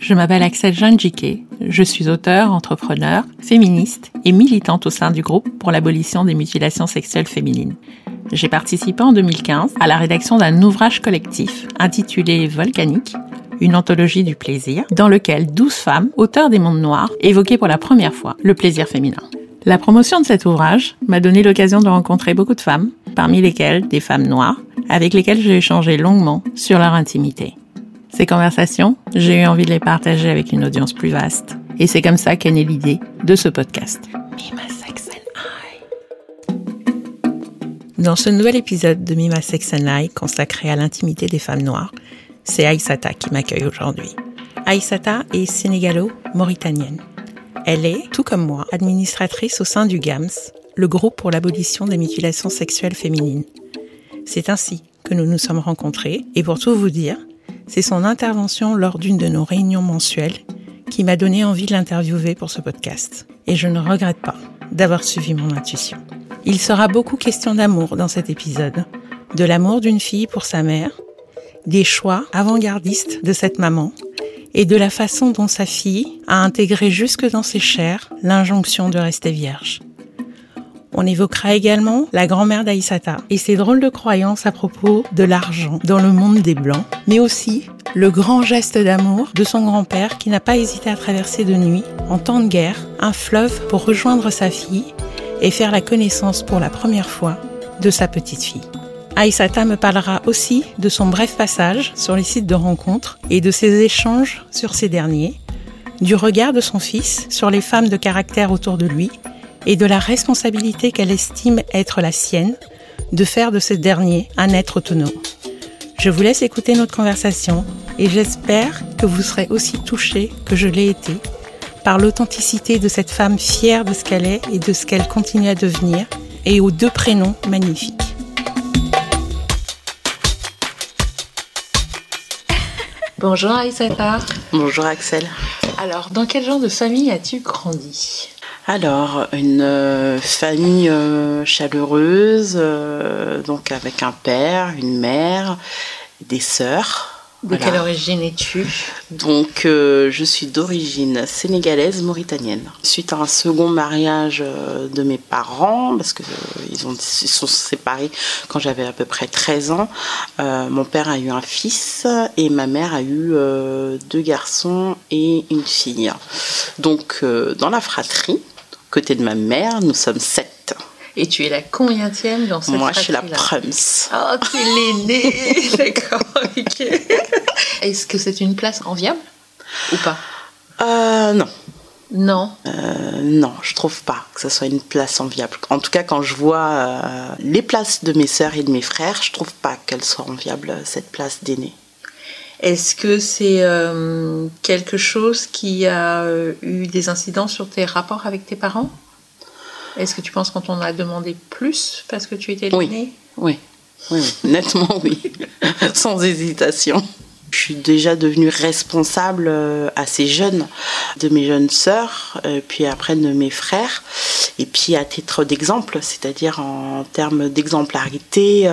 Je m'appelle Axel Jeanne-Jiquet, je suis auteure, entrepreneur, féministe et militante au sein du groupe pour l'abolition des mutilations sexuelles féminines. J'ai participé en 2015 à la rédaction d'un ouvrage collectif intitulé Volcanique, une anthologie du plaisir, dans lequel 12 femmes, auteurs des mondes noirs, évoquaient pour la première fois le plaisir féminin. La promotion de cet ouvrage m'a donné l'occasion de rencontrer beaucoup de femmes, parmi lesquelles des femmes noires, avec lesquelles j'ai échangé longuement sur leur intimité. Ces conversations, j'ai eu envie de les partager avec une audience plus vaste. Et c'est comme ça qu'est née l'idée de ce podcast. Me, My Sex and I. Dans ce nouvel épisode de Me, My Sex and I, consacré à l'intimité des femmes noires, c'est Aïssata qui m'accueille aujourd'hui. Aïssata est sénégalo-mauritanienne. Elle est, tout comme moi, administratrice au sein du GAMS, le groupe pour l'abolition des mutilations sexuelles féminines. C'est ainsi que nous nous sommes rencontrés, et pour tout vous dire, c'est son intervention lors d'une de nos réunions mensuelles qui m'a donné envie de l'interviewer pour ce podcast. Et je ne regrette pas d'avoir suivi mon intuition. Il sera beaucoup question d'amour dans cet épisode, de l'amour d'une fille pour sa mère, des choix avant-gardistes de cette maman et de la façon dont sa fille a intégré jusque dans ses chairs l'injonction de rester vierge. On évoquera également la grand-mère d'Aïssata et ses drôles de croyances à propos de l'argent dans le monde des Blancs, mais aussi le grand geste d'amour de son grand-père qui n'a pas hésité à traverser de nuit, en temps de guerre, un fleuve pour rejoindre sa fille et faire la connaissance pour la première fois de sa petite fille. Aïssata me parlera aussi de son bref passage sur les sites de rencontres et de ses échanges sur ces derniers, du regard de son fils sur les femmes de caractère autour de lui et de la responsabilité qu'elle estime être la sienne de faire de ce dernier un être autonome. Je vous laisse écouter notre conversation et j'espère que vous serez aussi touchés que je l'ai été par l'authenticité de cette femme fière de ce qu'elle est et de ce qu'elle continue à devenir et aux 2 prénoms magnifiques. Bonjour Aïssata. Bonjour Axel. Alors, dans quel genre de famille as-tu grandi ? Alors, une famille chaleureuse, donc avec un père, une mère, des sœurs. De quelle origine es-tu ? Donc, je suis d'origine sénégalaise mauritanienne. Suite à un second mariage de mes parents, parce que ils sont séparés quand j'avais à peu près 13 ans, mon père a eu un fils et ma mère a eu 2 garçons et une fille. Donc, dans la fratrie, côté de ma mère, nous sommes 7. Et tu es la combienième dans cette fratrie-là ? Moi, je suis la prums. Oh, t'es l'aînée. D'accord, ok. Est-ce que c'est une place enviable ou pas ? Non. Non. Non, je trouve pas que ce soit une place enviable. En tout cas, quand je vois les places de mes sœurs et de mes frères, je trouve pas qu'elle soit enviable, cette place d'aînée. Est-ce que c'est quelque chose qui a eu des incidences sur tes rapports avec tes parents ? Est-ce que tu penses qu'on t'en a demandé plus parce que tu étais l'aînée ? Oui, nettement oui, sans hésitation. Je suis déjà devenue responsable assez jeune de mes jeunes sœurs, puis après de mes frères. Et puis à titre d'exemple, c'est-à-dire en termes d'exemplarité,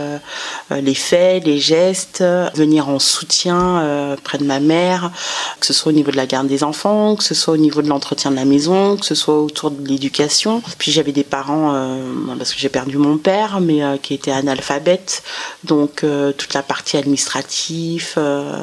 les faits, les gestes, venir en soutien près de ma mère, que ce soit au niveau de la garde des enfants, que ce soit au niveau de l'entretien de la maison, que ce soit autour de l'éducation. Puis j'avais des parents, parce que j'ai perdu mon père, mais qui étaient analphabètes, donc toute la partie administrative,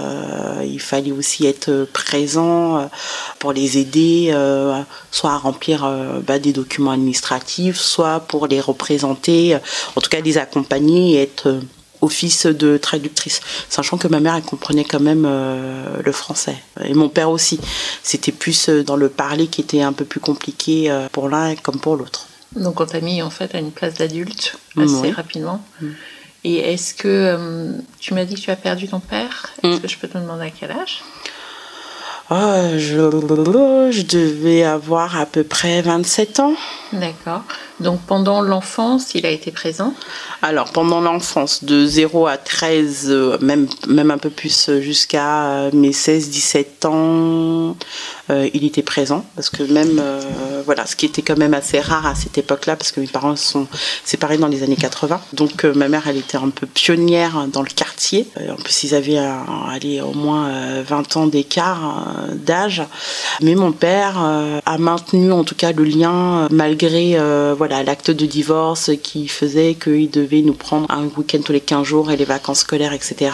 il fallait aussi être présent pour les aider, soit à remplir des documents administratifs, soit pour les représenter, en tout cas les accompagner et être office de traductrice, sachant que ma mère elle comprenait quand même le français et mon père aussi. C'était plus dans le parler qui était un peu plus compliqué pour l'un comme pour l'autre. Donc on t'a mis en fait à une place d'adulte assez rapidement. Et est-ce que tu m'as dit que tu as perdu ton père ? Est-ce que je peux te demander à quel âge ? Je devais avoir à peu près 27 ans. D'accord. Donc pendant l'enfance, il a été présent? Alors, pendant l'enfance, de 0 à 13, même un peu plus jusqu'à mes 16-17 ans, il était présent. Parce que même, voilà, ce qui était quand même assez rare à cette époque-là, parce que mes parents sont séparés dans les années 80. Donc, ma mère, elle était un peu pionnière dans le quartier. En plus, ils avaient au moins 20 ans d'écart d'âge. Mais mon père a maintenu, en tout cas, le lien, malgré l'acte de divorce qui faisait qu'il devait nous prendre un week-end tous les 15 jours et les vacances scolaires, etc.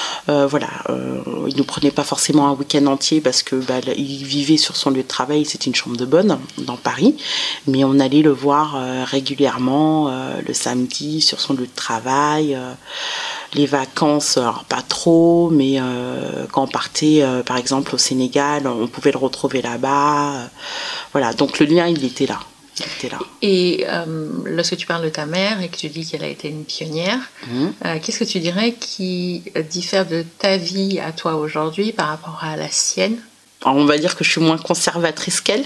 Il nous prenait pas forcément un week-end entier parce que il vivait sur son lieu de travail, c'était une chambre de bonne dans Paris, mais on allait le voir régulièrement le samedi sur son lieu de travail. Les vacances, alors pas trop, mais quand on partait par exemple au Sénégal, on pouvait le retrouver là-bas. Voilà, donc le lien il était là. Et lorsque tu parles de ta mère et que tu dis qu'elle a été une pionnière, qu'est-ce que tu dirais qui diffère de ta vie à toi aujourd'hui par rapport à la sienne? Alors, on va dire que je suis moins conservatrice qu'elle.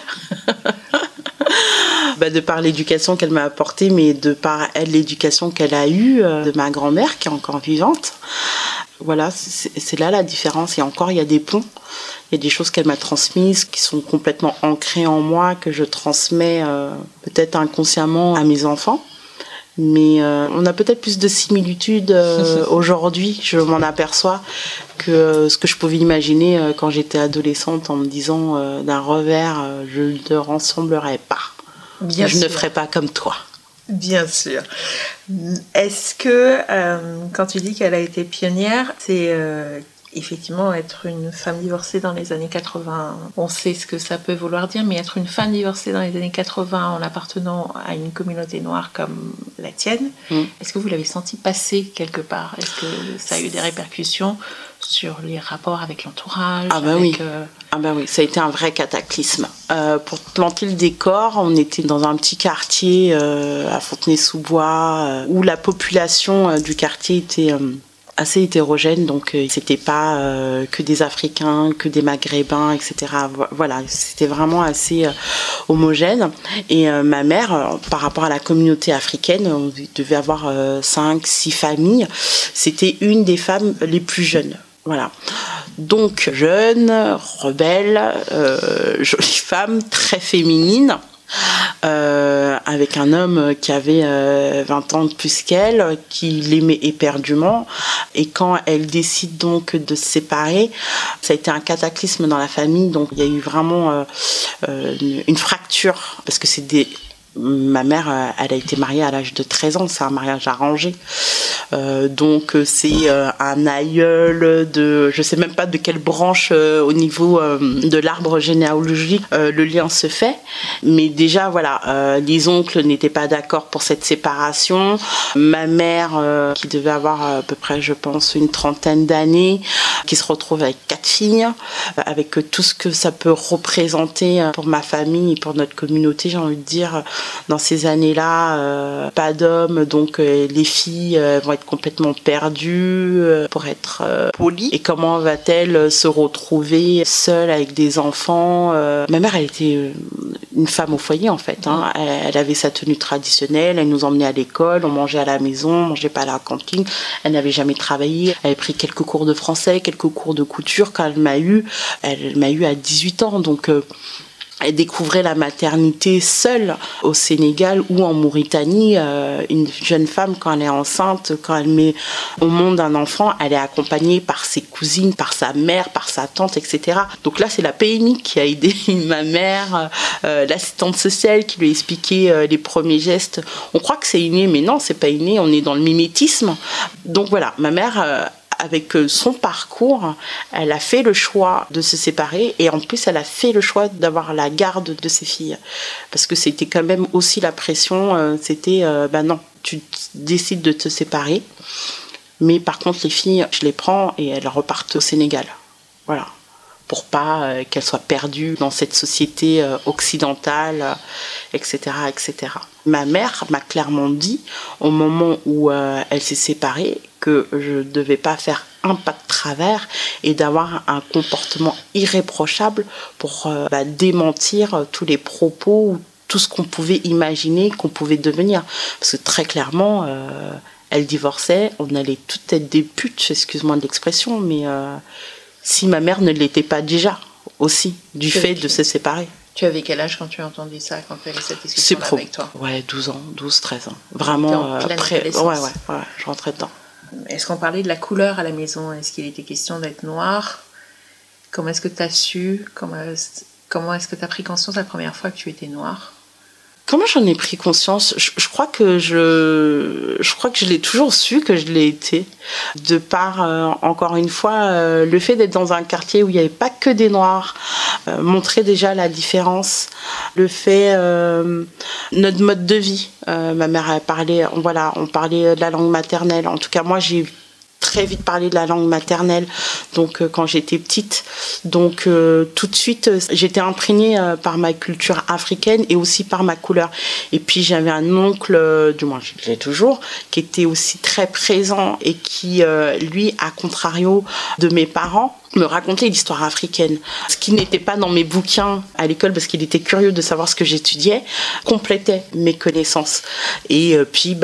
De par l'éducation qu'elle m'a apportée, mais de par elle, l'éducation qu'elle a eue de ma grand-mère qui est encore vivante. Voilà, c'est là la différence. Et encore, il y a des ponts. Il y a des choses qu'elle m'a transmises qui sont complètement ancrées en moi, que je transmets peut-être inconsciemment à mes enfants. Mais on a peut-être plus de similitudes aujourd'hui, je m'en aperçois, que ce que je pouvais imaginer quand j'étais adolescente en me disant d'un revers, je ne te ressemblerai pas. Bien sûr. Ne ferai pas comme toi. Bien sûr. Est-ce que quand tu dis qu'elle a été pionnière, c'est effectivement être une femme divorcée dans les années 80, on sait ce que ça peut vouloir dire, mais être une femme divorcée dans les années 80 en appartenant à une communauté noire comme la tienne, est-ce que vous l'avez senti passer quelque part? Est-ce que ça a eu des répercussions sur les rapports avec l'entourage? Oui. Oui, ça a été un vrai cataclysme. Pour planter le décor, on était dans un petit quartier à Fontenay-sous-Bois où la population du quartier était assez hétérogène, donc c'était pas que des Africains, que des Maghrébins, etc. Voilà, c'était vraiment assez homogène. Et ma mère, par rapport à la communauté africaine, on devait avoir 5-6 familles, c'était une des femmes les plus jeunes. Voilà. Donc jeune, rebelle, jolie femme, très féminine. Avec un homme qui avait 20 ans de plus qu'elle, qui l'aimait éperdument. Et quand elle décide donc de se séparer, ça a été un cataclysme dans la famille. Donc il y a eu vraiment une fracture, parce que ma mère, elle a été mariée à l'âge de 13 ans, c'est un mariage arrangé. Donc c'est un aïeul de, je sais même pas de quelle branche au niveau de l'arbre généalogique le lien se fait. Mais déjà voilà, les oncles n'étaient pas d'accord pour cette séparation. Ma mère, qui devait avoir à peu près, je pense, une trentaine d'années, qui se retrouve avec 4 filles, avec tout ce que ça peut représenter pour ma famille et pour notre communauté, j'ai envie de dire. Dans ces années-là, pas d'hommes, donc les filles vont être complètement perdues, pour être polies. Et comment va-t-elle se retrouver seule avec des enfants? Ma mère, elle était une femme au foyer en fait. Elle avait sa tenue traditionnelle, elle nous emmenait à l'école, on mangeait à la maison, on mangeait pas à la cantine. Elle n'avait jamais travaillé. Elle avait pris quelques cours de français, quelques cours de couture quand elle m'a eu à 18 ans. Donc elle découvrait la maternité seule au Sénégal ou en Mauritanie. Une jeune femme, quand elle est enceinte, quand elle met au monde un enfant, elle est accompagnée par ses cousines, par sa mère, par sa tante, etc. Donc là, c'est la PMI qui a aidé ma mère, l'assistante sociale qui lui a expliqué les premiers gestes. On croit que c'est inné, mais non, c'est pas inné, on est dans le mimétisme. Donc voilà, ma mère... avec son parcours, elle a fait le choix de se séparer et en plus elle a fait le choix d'avoir la garde de ses filles. Parce que c'était quand même aussi la pression, c'était non, tu décides de te séparer, mais par contre les filles, je les prends et elles repartent au Sénégal. Voilà. Pour pas qu'elles soient perdues dans cette société occidentale, etc., etc. Ma mère m'a clairement dit, au moment où elle s'est séparée, que je ne devais pas faire un pas de travers et d'avoir un comportement irréprochable pour démentir tous les propos ou tout ce qu'on pouvait imaginer qu'on pouvait devenir. Parce que très clairement, elle divorçait, on allait toutes être des putes, excuse-moi de l'expression, mais si ma mère ne l'était pas déjà aussi, du fait de se séparer. Tu avais quel âge quand tu as entendu ça, quand tu as eu cette discussion avec toi? Ouais, 12 ans, 12, 13 ans. Vraiment, ouais, je rentrais dedans. Est-ce qu'on parlait de la couleur à la maison? Est-ce qu'il était question d'être noir? Comment est-ce que tu as su? Comment est-ce que tu as pris conscience la première fois que tu étais noire? Comment j'en ai pris conscience? Je crois que je l'ai toujours su que je l'ai été, de par encore une fois le fait d'être dans un quartier où il n'y avait pas que des noirs, montrait déjà la différence, le fait notre mode de vie. Ma mère a parlé, on parlait de la langue maternelle. En tout cas, moi j'ai très vite parlé de la langue maternelle, donc quand j'étais petite, donc tout de suite j'étais imprégnée par ma culture africaine et aussi par ma couleur. Et puis j'avais un oncle, du moins je l'ai toujours, qui était aussi très présent et qui lui, à contrario de mes parents, me racontait l'histoire africaine. Ce qui n'était pas dans mes bouquins à l'école, parce qu'il était curieux de savoir ce que j'étudiais, complétait mes connaissances. Et puis,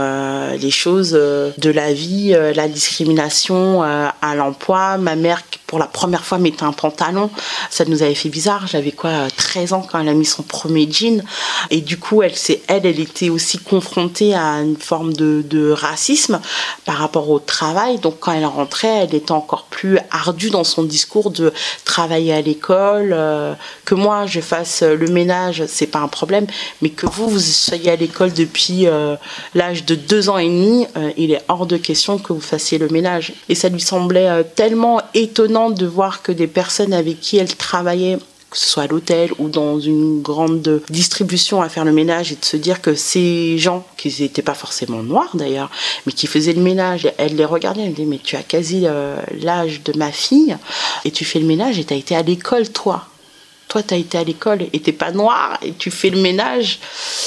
les choses de la vie, la discrimination à l'emploi. Ma mère, pour la première fois, mettait un pantalon. Ça nous avait fait bizarre. J'avais 13 ans quand elle a mis son premier jean. Et du coup, elle était aussi confrontée à une forme de racisme par rapport au travail. Donc, quand elle rentrait, elle était encore plus ardue dans son discours de travailler à l'école, que moi je fasse le ménage, c'est pas un problème, mais que vous soyez à l'école depuis l'âge de 2 ans et demi, il est hors de question que vous fassiez le ménage. Et ça lui semblait tellement étonnant de voir que des personnes avec qui elle travaillait, que ce soit à l'hôtel ou dans une grande distribution à faire le ménage, et de se dire que ces gens, qui n'étaient pas forcément noirs d'ailleurs, mais qui faisaient le ménage, elle les regardait, elle me disait, mais tu as quasi l'âge de ma fille, et tu fais le ménage et tu as été à l'école, toi. Toi, tu as été à l'école et tu n'es pas noir et tu fais le ménage.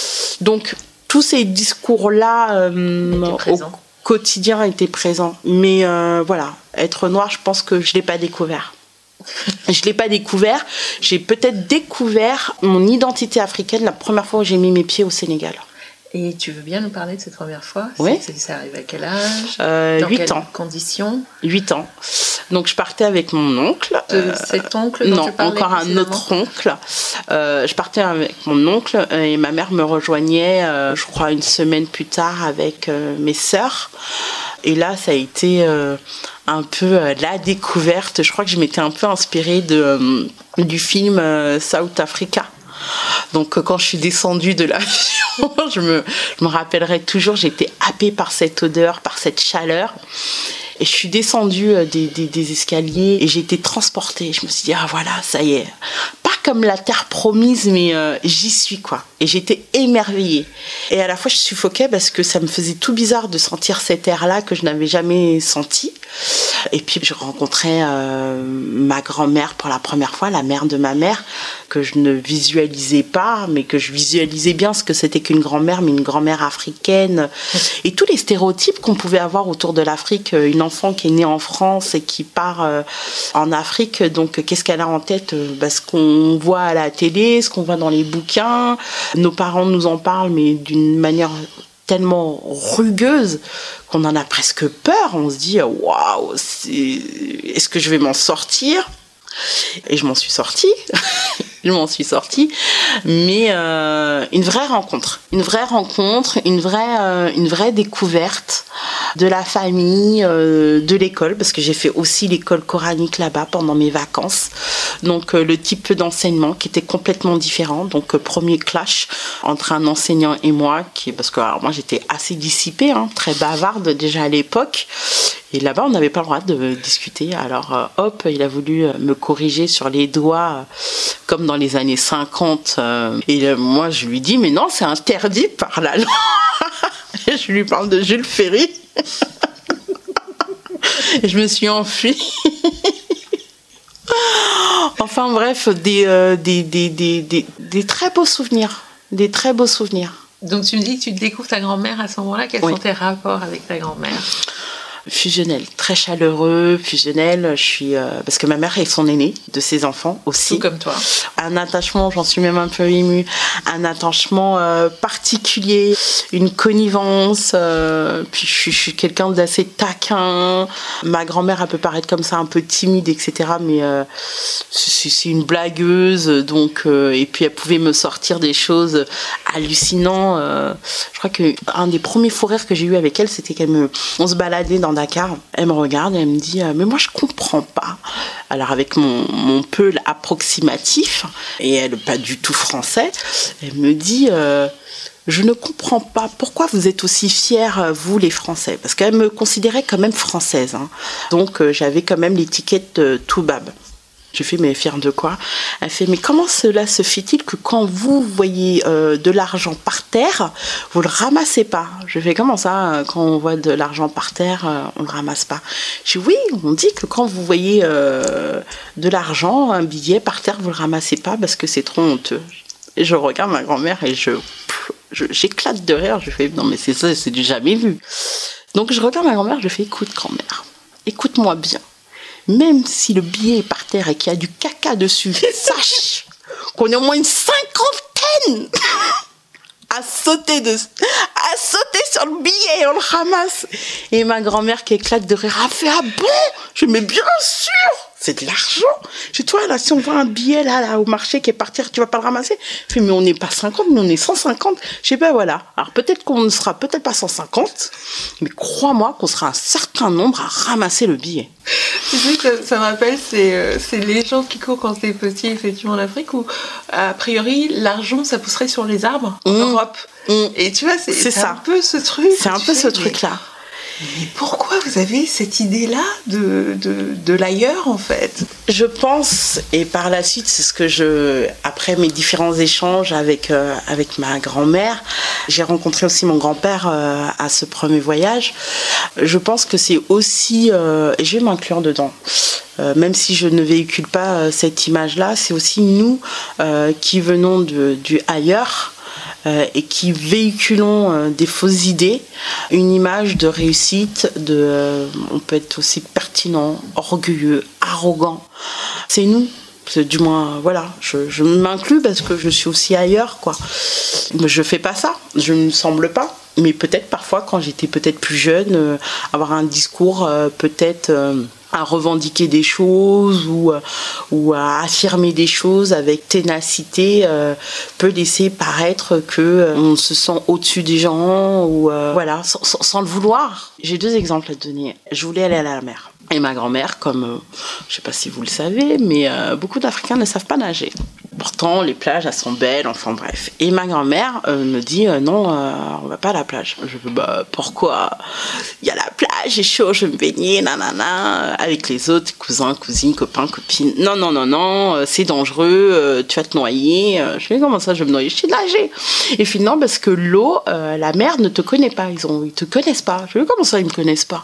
Donc, tous ces discours-là au quotidien étaient présents. Mais voilà, être noir, je pense que je ne l'ai pas découvert. Je ne l'ai pas découvert. J'ai peut-être découvert mon identité africaine la première fois où j'ai mis mes pieds au Sénégal. Et tu veux bien nous parler de cette première fois? Oui. Ça arrive à quel âge? 8 ans. Conditions? 8 ans. Donc je partais avec mon oncle. Cet oncle dont non, tu parlais encore un autre oncle. Je partais avec mon oncle et ma mère me rejoignait, je crois, une semaine plus tard avec mes sœurs. Et là, ça a été un peu la découverte. Je crois que je m'étais un peu inspirée du film South Africa. Donc quand je suis descendue de l'avion, je me rappellerai toujours, j'étais happée par cette odeur, par cette chaleur. Et je suis descendue des escaliers et j'ai été transportée. Je me suis dit, ah voilà, ça y est. Pas comme la terre promise, mais j'y suis, quoi. Et j'étais émerveillée. Et à la fois, je suffoquais parce que ça me faisait tout bizarre de sentir cet air-là que je n'avais jamais senti. Et puis, je rencontrais ma grand-mère pour la première fois, la mère de ma mère, que je ne visualisais pas, mais que je visualisais bien ce que c'était qu'une grand-mère, mais une grand-mère africaine. Et tous les stéréotypes qu'on pouvait avoir autour de l'Afrique, une enfant qui est née en France et qui part en Afrique, donc qu'est-ce qu'elle a en tête? Ce qu'on voit à la télé, ce qu'on voit dans les bouquins. Nos parents nous en parlent, mais d'une manière tellement rugueuse qu'on en a presque peur. On se dit, waouh, est-ce que je vais m'en sortir? Et je m'en suis sortie. Mais une vraie rencontre, une vraie découverte de la famille, de l'école, parce que j'ai fait aussi l'école coranique là-bas pendant mes vacances. Donc le type d'enseignement qui était complètement différent. Donc premier clash entre un enseignant et moi, parce que alors, moi j'étais assez dissipée, très bavarde déjà à l'époque. Et là-bas, on n'avait pas le droit de discuter. Alors, il a voulu me corriger sur les doigts, comme dans les années 50. Et moi, je lui dis, mais non, c'est interdit par la loi. Et je lui parle de Jules Ferry. Et je me suis enfuie. Enfin bref, des très beaux souvenirs. Des très beaux souvenirs. Donc tu me dis que tu découvres ta grand-mère à ce moment-là. Quels sont tes rapports avec ta grand-mère? Fusionnel, très chaleureux, fusionnel. Je suis parce que ma mère est son aînée de ses enfants aussi. Tout comme toi. Un attachement, j'en suis même un peu émue. Un attachement particulier, une connivence. Puis je suis quelqu'un d'assez taquin. Ma grand-mère, elle peut paraître comme ça, un peu timide, etc. Mais c'est une blagueuse, donc et puis elle pouvait me sortir des choses hallucinantes. Je crois que un des premiers fous rires que j'ai eu avec elle, c'était on se baladait dans Dakar. Elle me regarde et elle me dit mais moi je comprends pas. Alors avec mon peu approximatif et elle pas du tout français, elle me dit je ne comprends pas pourquoi vous êtes aussi fiers, vous les Français, parce qu'elle me considérait quand même française, hein. Donc j'avais quand même l'étiquette Toubab. Je fais mais fière de quoi? Elle fait mais comment cela se fait-il que quand vous voyez de l'argent par terre, vous le ramassez pas? Je fais comment ça, quand on voit de l'argent par terre, on le ramasse pas? Je dis oui, on dit que quand vous voyez de l'argent, un billet par terre, vous le ramassez pas parce que c'est trop honteux. Et je regarde ma grand-mère et j'éclate de rire. Je fais non mais c'est ça, c'est du jamais vu. Donc je regarde ma grand-mère, je fais écoute grand-mère, écoute-moi bien. Même si le billet est par terre et qu'il y a du caca dessus, sache qu'on est au moins une cinquantaine à sauter sur le billet et on le ramasse. Et ma grand-mère qui éclate de rire a fait ah bon? Je dis mais bien sûr, c'est de l'argent. Je dis toi là, si on voit un billet là au marché qui est par terre, tu vas pas le ramasser? Je dis mais on n'est pas 50, mais on est 150. Je dis ben voilà. Alors peut-être qu'on ne sera peut-être pas 150, mais crois-moi qu'on sera un certain nombre à ramasser le billet. Tu sais que ça me rappelle c'est les gens qui courent quand t'es petit effectivement en Afrique où a priori l'argent ça pousserait sur les arbres en Europe. Et tu vois c'est ça. Un peu ce truc. C'est un peu ce truc-là. Mais pourquoi vous avez cette idée-là de l'ailleurs, en fait? Je pense, et par la suite, c'est ce que après mes différents échanges avec ma grand-mère, j'ai rencontré aussi mon grand-père à ce premier voyage. Je pense que c'est aussi, et je vais m'inclure dedans, même si je ne véhicule pas cette image-là, c'est aussi nous qui venons du ailleurs, et qui véhiculons des fausses idées, une image de réussite, on peut être aussi pertinent, orgueilleux, arrogant. C'est nous, du moins, voilà, je m'inclus parce que je suis aussi ailleurs, quoi. Je fais pas ça, je ne me semble pas, mais peut-être parfois quand j'étais peut-être plus jeune, avoir un discours peut-être à revendiquer des choses ou à affirmer des choses avec ténacité peut laisser paraître que on se sent au-dessus des gens ou voilà sans le vouloir. J'ai 2 exemples à te donner. Je voulais aller à la mer. Et ma grand-mère, comme je sais pas si vous le savez, mais beaucoup d'Africains ne savent pas nager. Pourtant, les plages, elles sont belles, enfin bref. Et ma grand-mère me dit non, on va pas à la plage. Je veux bah pourquoi? Il y a la plage, j'ai chaud, je vais me baigner, nanana, avec les autres cousins, cousines, copains, copines. Non, c'est dangereux, tu vas te noyer. Je dis comment ça, je vais me noyer? Je sais nager. Et finalement, parce que l'eau, la mer ne te connaît pas, ils te connaissent pas. Je dis comment ça, ils me connaissent pas?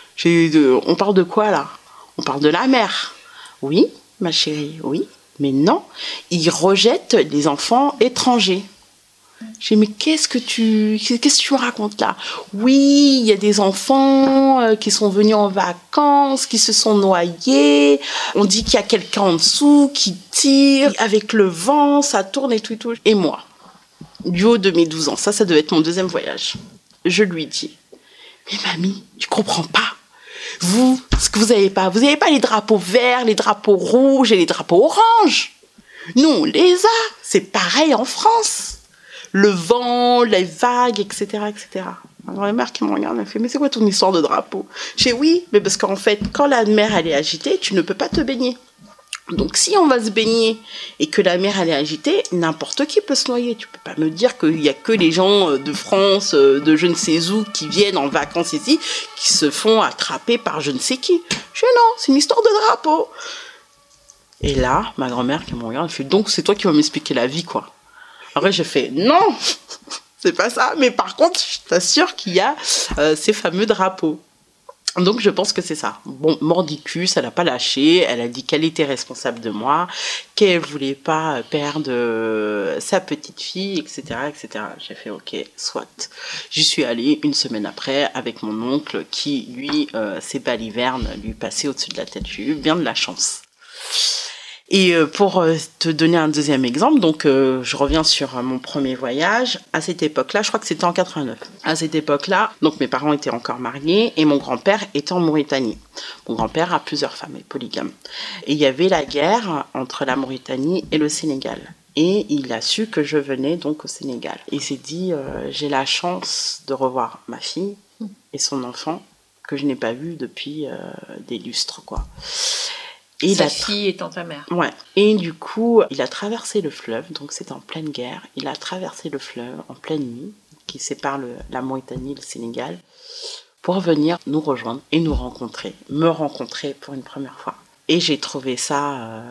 On parle de quoi là? On parle de la mer. Oui, ma chérie, oui. Mais non, ils rejettent les enfants étrangers. J'ai dit, mais qu'est-ce que tu me racontes là? Oui, il y a des enfants qui sont venus en vacances, qui se sont noyés. On dit qu'il y a quelqu'un en dessous qui tire avec le vent, ça tourne et tout et tout. Et moi, du haut de mes 12 ans, ça devait être mon 2e voyage. Je lui dis, mais mamie, tu comprends pas? Vous, ce que vous n'avez pas les drapeaux verts, les drapeaux rouges et les drapeaux oranges. Nous, on les a. C'est pareil en France. Le vent, les vagues, etc., etc. Alors, la mère qui me regarde, elle fait, mais c'est quoi ton histoire de drapeau? Je dis oui, mais parce qu'en fait, quand la mer, elle est agitée, tu ne peux pas te baigner. Donc, si on va se baigner et que la mer, elle est agitée, n'importe qui peut se noyer. Tu peux pas me dire qu'il y a que les gens de France, de je ne sais où, qui viennent en vacances ici, qui se font attraper par je ne sais qui. Je dis non, c'est une histoire de drapeau. Et là, ma grand-mère qui me regarde, elle fait, donc c'est toi qui vas m'expliquer la vie, quoi. Après, j'ai fait, non, c'est pas ça. Mais par contre, je t'assure qu'il y a ces fameux drapeaux. Donc je pense que c'est ça. Bon, mordicus, elle n'a pas lâché, elle a dit qu'elle était responsable de moi, qu'elle voulait pas perdre sa petite fille, etc., etc. J'ai fait ok, soit. J'y suis allée une semaine après avec mon oncle qui, lui, ses balivernes lui passaient au-dessus de la tête. J'ai eu bien de la chance. Et pour te donner un deuxième exemple, donc je reviens sur mon premier voyage. À cette époque-là, je crois que c'était en 89. À cette époque-là, donc mes parents étaient encore mariés et mon grand-père était en Mauritanie. Mon grand-père a plusieurs femmes et polygame. Et il y avait la guerre entre la Mauritanie et le Sénégal. Et il a su que je venais donc au Sénégal. Il s'est dit, j'ai la chance de revoir ma fille et son enfant que je n'ai pas vu depuis des lustres, quoi. Et sa fille étant ta mère. Ouais. Et du coup, il a traversé le fleuve, donc c'était en pleine guerre. Il a traversé le fleuve en pleine nuit, qui sépare la Mauritanie et le Sénégal, pour venir nous rejoindre et nous rencontrer, me rencontrer pour une première fois. Et j'ai trouvé ça,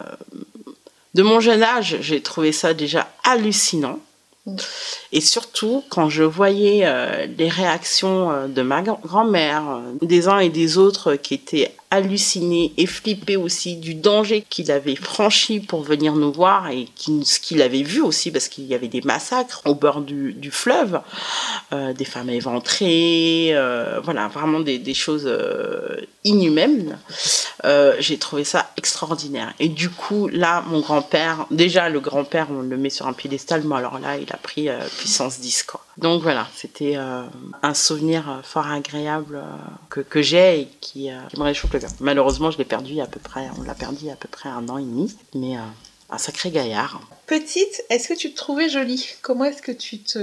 de mon jeune âge, j'ai trouvé ça déjà hallucinant. Et surtout, quand je voyais les réactions de ma grand-mère, des uns et des autres qui étaient hallucinés et flippés aussi du danger qu'il avait franchi pour venir nous voir et ce qu'il avait vu aussi, parce qu'il y avait des massacres au bord du fleuve, des femmes éventrées, voilà, vraiment des choses inhumaines. J'ai trouvé ça extraordinaire. Et du coup, là, mon grand-père, déjà le grand-père, on le met sur un piédestal, mais alors là, il a pris puissance 10, quoi. Donc voilà, c'était un souvenir fort agréable que j'ai et qui me réchauffe le cœur. Malheureusement, on l'a perdu à peu près 1 an et demi, mais un sacré gaillard. Petite, est-ce que tu te trouvais jolie ? Comment est-ce que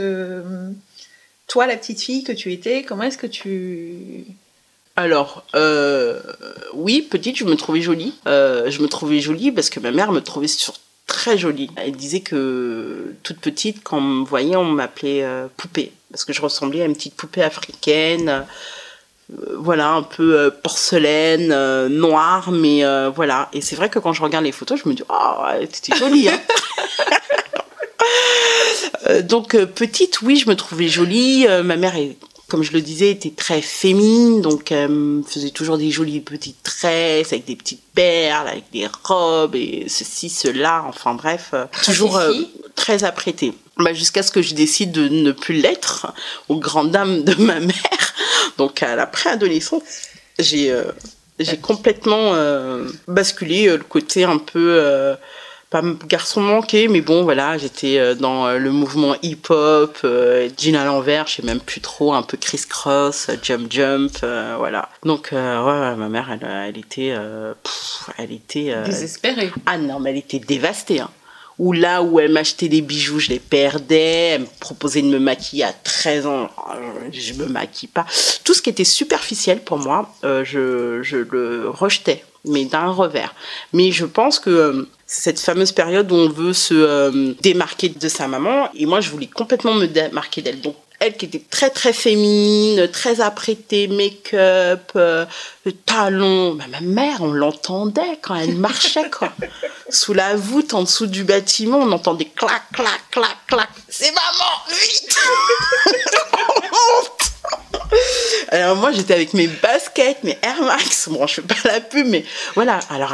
toi, la petite fille que tu étais, comment est-ce que tu... Alors, oui, petite, je me trouvais jolie. Je me trouvais jolie parce que ma mère me trouvait très jolie. Elle disait que toute petite, quand on me voyait, on m'appelait poupée, parce que je ressemblais à une petite poupée africaine, voilà, un peu porcelaine, noire, mais voilà. Et c'est vrai que quand je regarde les photos, je me dis, oh, t'étais jolie, hein. Donc petite, oui, je me trouvais jolie. Ma mère comme je le disais, était très féminine, donc elle me faisait toujours des jolies petites tresses avec des petites perles, avec des robes et ceci, cela, enfin bref, toujours très apprêtée. Jusqu'à ce que je décide de ne plus l'être, aux grandes dames de ma mère. Donc à la préadolescence, j'ai complètement basculé le côté un peu... pas garçon manqué, mais bon, voilà, j'étais dans le mouvement hip-hop, jean à l'envers, je sais même plus trop, un peu criss-cross, jump, voilà. Donc, ouais, ma mère, elle était désespérée. Ah non, mais elle était dévastée, hein. Ou là où elle m'achetait des bijoux, je les perdais. Elle me proposait de me maquiller à 13 ans. Je me maquille pas. Tout ce qui était superficiel pour moi, je le rejetais, mais d'un revers. Mais je pense que cette fameuse période où on veut se démarquer de sa maman, et moi je voulais complètement me démarquer d'elle. Donc elle qui était très très féminine, très apprêtée, make-up, talons. Ma mère, on l'entendait quand elle marchait, quoi. Sous la voûte, en dessous du bâtiment, on entendait clac, clac, clac, clac. C'est maman, vite. Alors moi, j'étais avec mes baskets, mes Air Max. Bon, je fais pas la pub, mais voilà. Alors,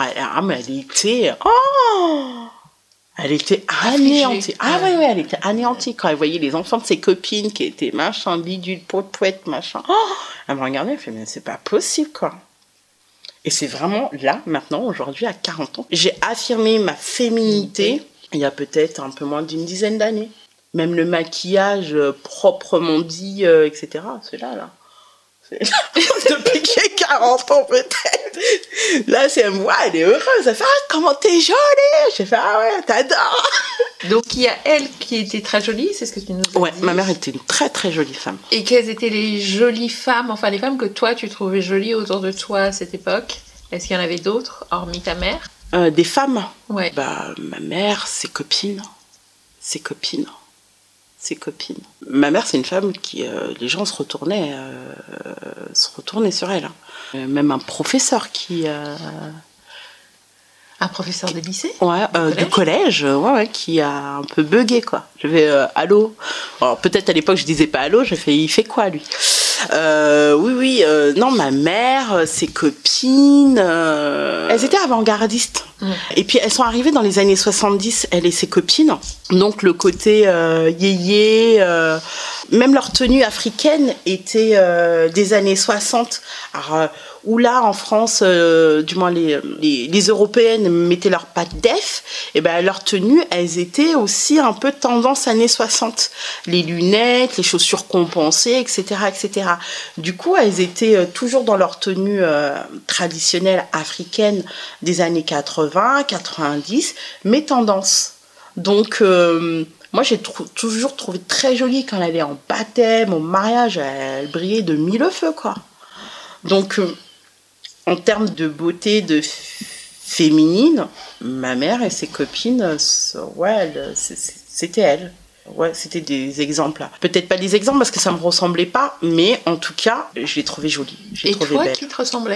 elle était anéantie. Ah ouais, elle était anéantie quand elle voyait les enfants de ses copines qui étaient machin, bidule, poète, machin. Elle me regardait, elle fait, mais c'est pas possible, quoi. Et c'est vraiment là, maintenant, aujourd'hui, à 40 ans, j'ai affirmé ma féminité il y a peut-être un peu moins d'une dizaine d'années. Même le maquillage proprement dit, etc. C'est là. Depuis que j'ai 40 ans, peut-être. Là, si elle me voit, elle est heureuse. Elle fait, ah, comment t'es jolie. J'ai fait, ah ouais, t'adores. Donc, il y a elle qui était très jolie, c'est ce que tu nous as dit. Ouais, ma mère était une très, très jolie femme. Et quelles étaient les jolies femmes, enfin, les femmes que toi, tu trouvais jolies autour de toi à cette époque ? Est-ce qu'il y en avait d'autres, hormis ta mère ? Des femmes ? Ouais. Ma mère, ses copines. Ma mère, c'est une femme qui, les gens se retournaient sur elle. Hein. Même un professeur qui... Un professeur de lycée ? Ouais, de collège, ouais, qui a un peu bugué, quoi. Je fais allô. Alors peut-être à l'époque je disais pas allô, j'ai fait il fait quoi lui ? Oui. Non, ma mère, ses copines, elles étaient avant-gardistes. Et puis elles sont arrivées dans les années 70, elle et ses copines. Donc le côté yéyé, même leur tenue africaine était des années 60. Alors, où là, en France, du moins les Européennes mettaient leurs pattes def, et ben leurs tenues, elles étaient aussi un peu tendance années 60. Les lunettes, les chaussures compensées, etc., etc. Du coup, elles étaient toujours dans leur tenue traditionnelle africaine des années 80, 90, mais tendance. Donc, moi, j'ai toujours trouvé très jolie quand elle allait en baptême, au mariage, elle brillait de mille feux, quoi. Donc, en termes de beauté féminine, ma mère et ses copines, c'était elles. Ouais, c'était des exemples. Peut-être pas des exemples parce que ça me ressemblait pas, mais en tout cas, je l'ai trouvée jolie. Et toi, belle. Qui te ressemblait?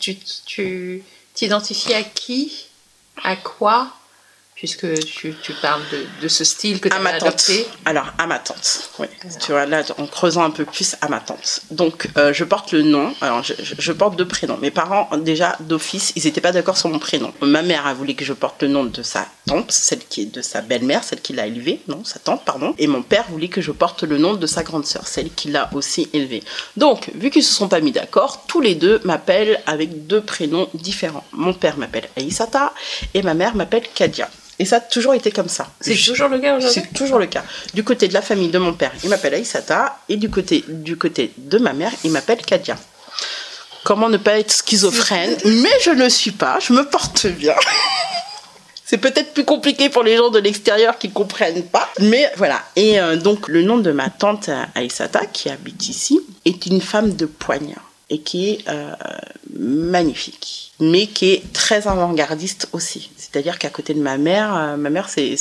Tu t'identifies à qui? À quoi? Puisque tu parles de ce style que tu as adopté. Alors, à ma tante, oui. Alors. Tu vois, là, en creusant un peu plus, à ma tante. Donc, je porte le nom. Alors, je porte 2 prénoms. Mes parents, déjà, d'office, ils n'étaient pas d'accord sur mon prénom. Ma mère a voulu que je porte le nom de sa tante, celle qui est de sa belle-mère, celle qui l'a élevée. Non, sa tante, pardon. Et mon père voulait que je porte le nom de sa grande sœur, celle qui l'a aussi élevée. Donc, vu qu'ils ne se sont pas mis d'accord, tous les deux m'appellent avec 2 prénoms différents. Mon père m'appelle Aïssata et ma mère m'appelle Kadia. Et ça a toujours été comme ça. C'est toujours le cas aujourd'hui? C'est toujours le cas. Du côté de la famille de mon père, il m'appelle Aïssata, et du côté de ma mère, il m'appelle Kadia. Comment ne pas être schizophrène? Mais je ne le suis pas, je me porte bien. C'est peut-être plus compliqué pour les gens de l'extérieur qui ne comprennent pas. Mais voilà. Et donc, le nom de ma tante Aïssata, qui habite ici, est une femme de poignard. Et qui est magnifique, mais qui est très avant-gardiste aussi. C'est-à-dire qu'à côté de ma mère c'est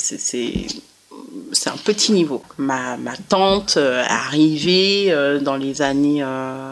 un petit niveau. Ma tante arrivée dans les années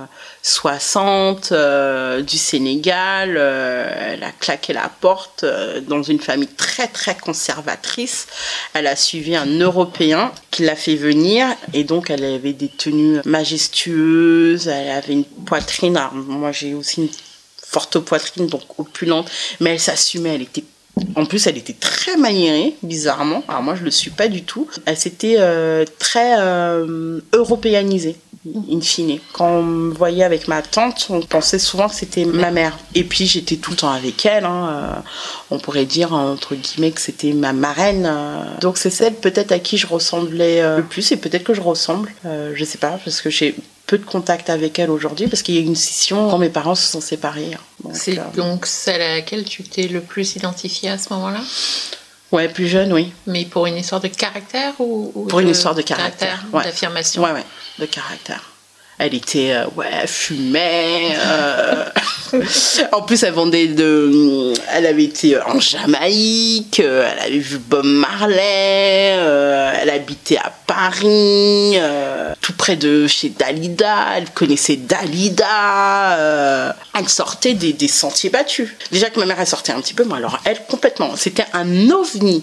60 du Sénégal, elle a claqué la porte dans une famille très très conservatrice. Elle a suivi un Européen qui l'a fait venir et donc elle avait des tenues majestueuses, elle avait une poitrine. Alors, moi j'ai aussi une forte poitrine, donc opulente, mais elle s'assumait, en plus, elle était très maniérée, bizarrement. Alors moi, je le suis pas du tout. Elle s'était très européanisée, in fine. Quand on me voyait avec ma tante, on pensait souvent que c'était ma mère. Et puis, j'étais tout le temps avec elle. On pourrait dire, entre guillemets, que c'était ma marraine. Donc, c'est celle peut-être à qui je ressemblais le plus. Et peut-être que je ressemble. Je sais pas, parce que j'ai peu de contact avec elle aujourd'hui parce qu'il y a eu une scission quand mes parents se sont séparés. Donc, c'est donc celle à laquelle tu t'es le plus identifiée à ce moment-là? Ouais, plus jeune, oui. Mais pour une histoire de caractère ou pour une histoire de caractère, ouais. D'affirmation? Ouais, de caractère. Elle était, fumait. En plus, elle avait été en Jamaïque, elle avait vu Bob Marley, elle habitait à Paris, tout près de chez Dalida. Elle connaissait Dalida. Elle sortait des sentiers battus. Déjà que ma mère, elle sortait un petit peu, mais alors elle, complètement. C'était un ovni.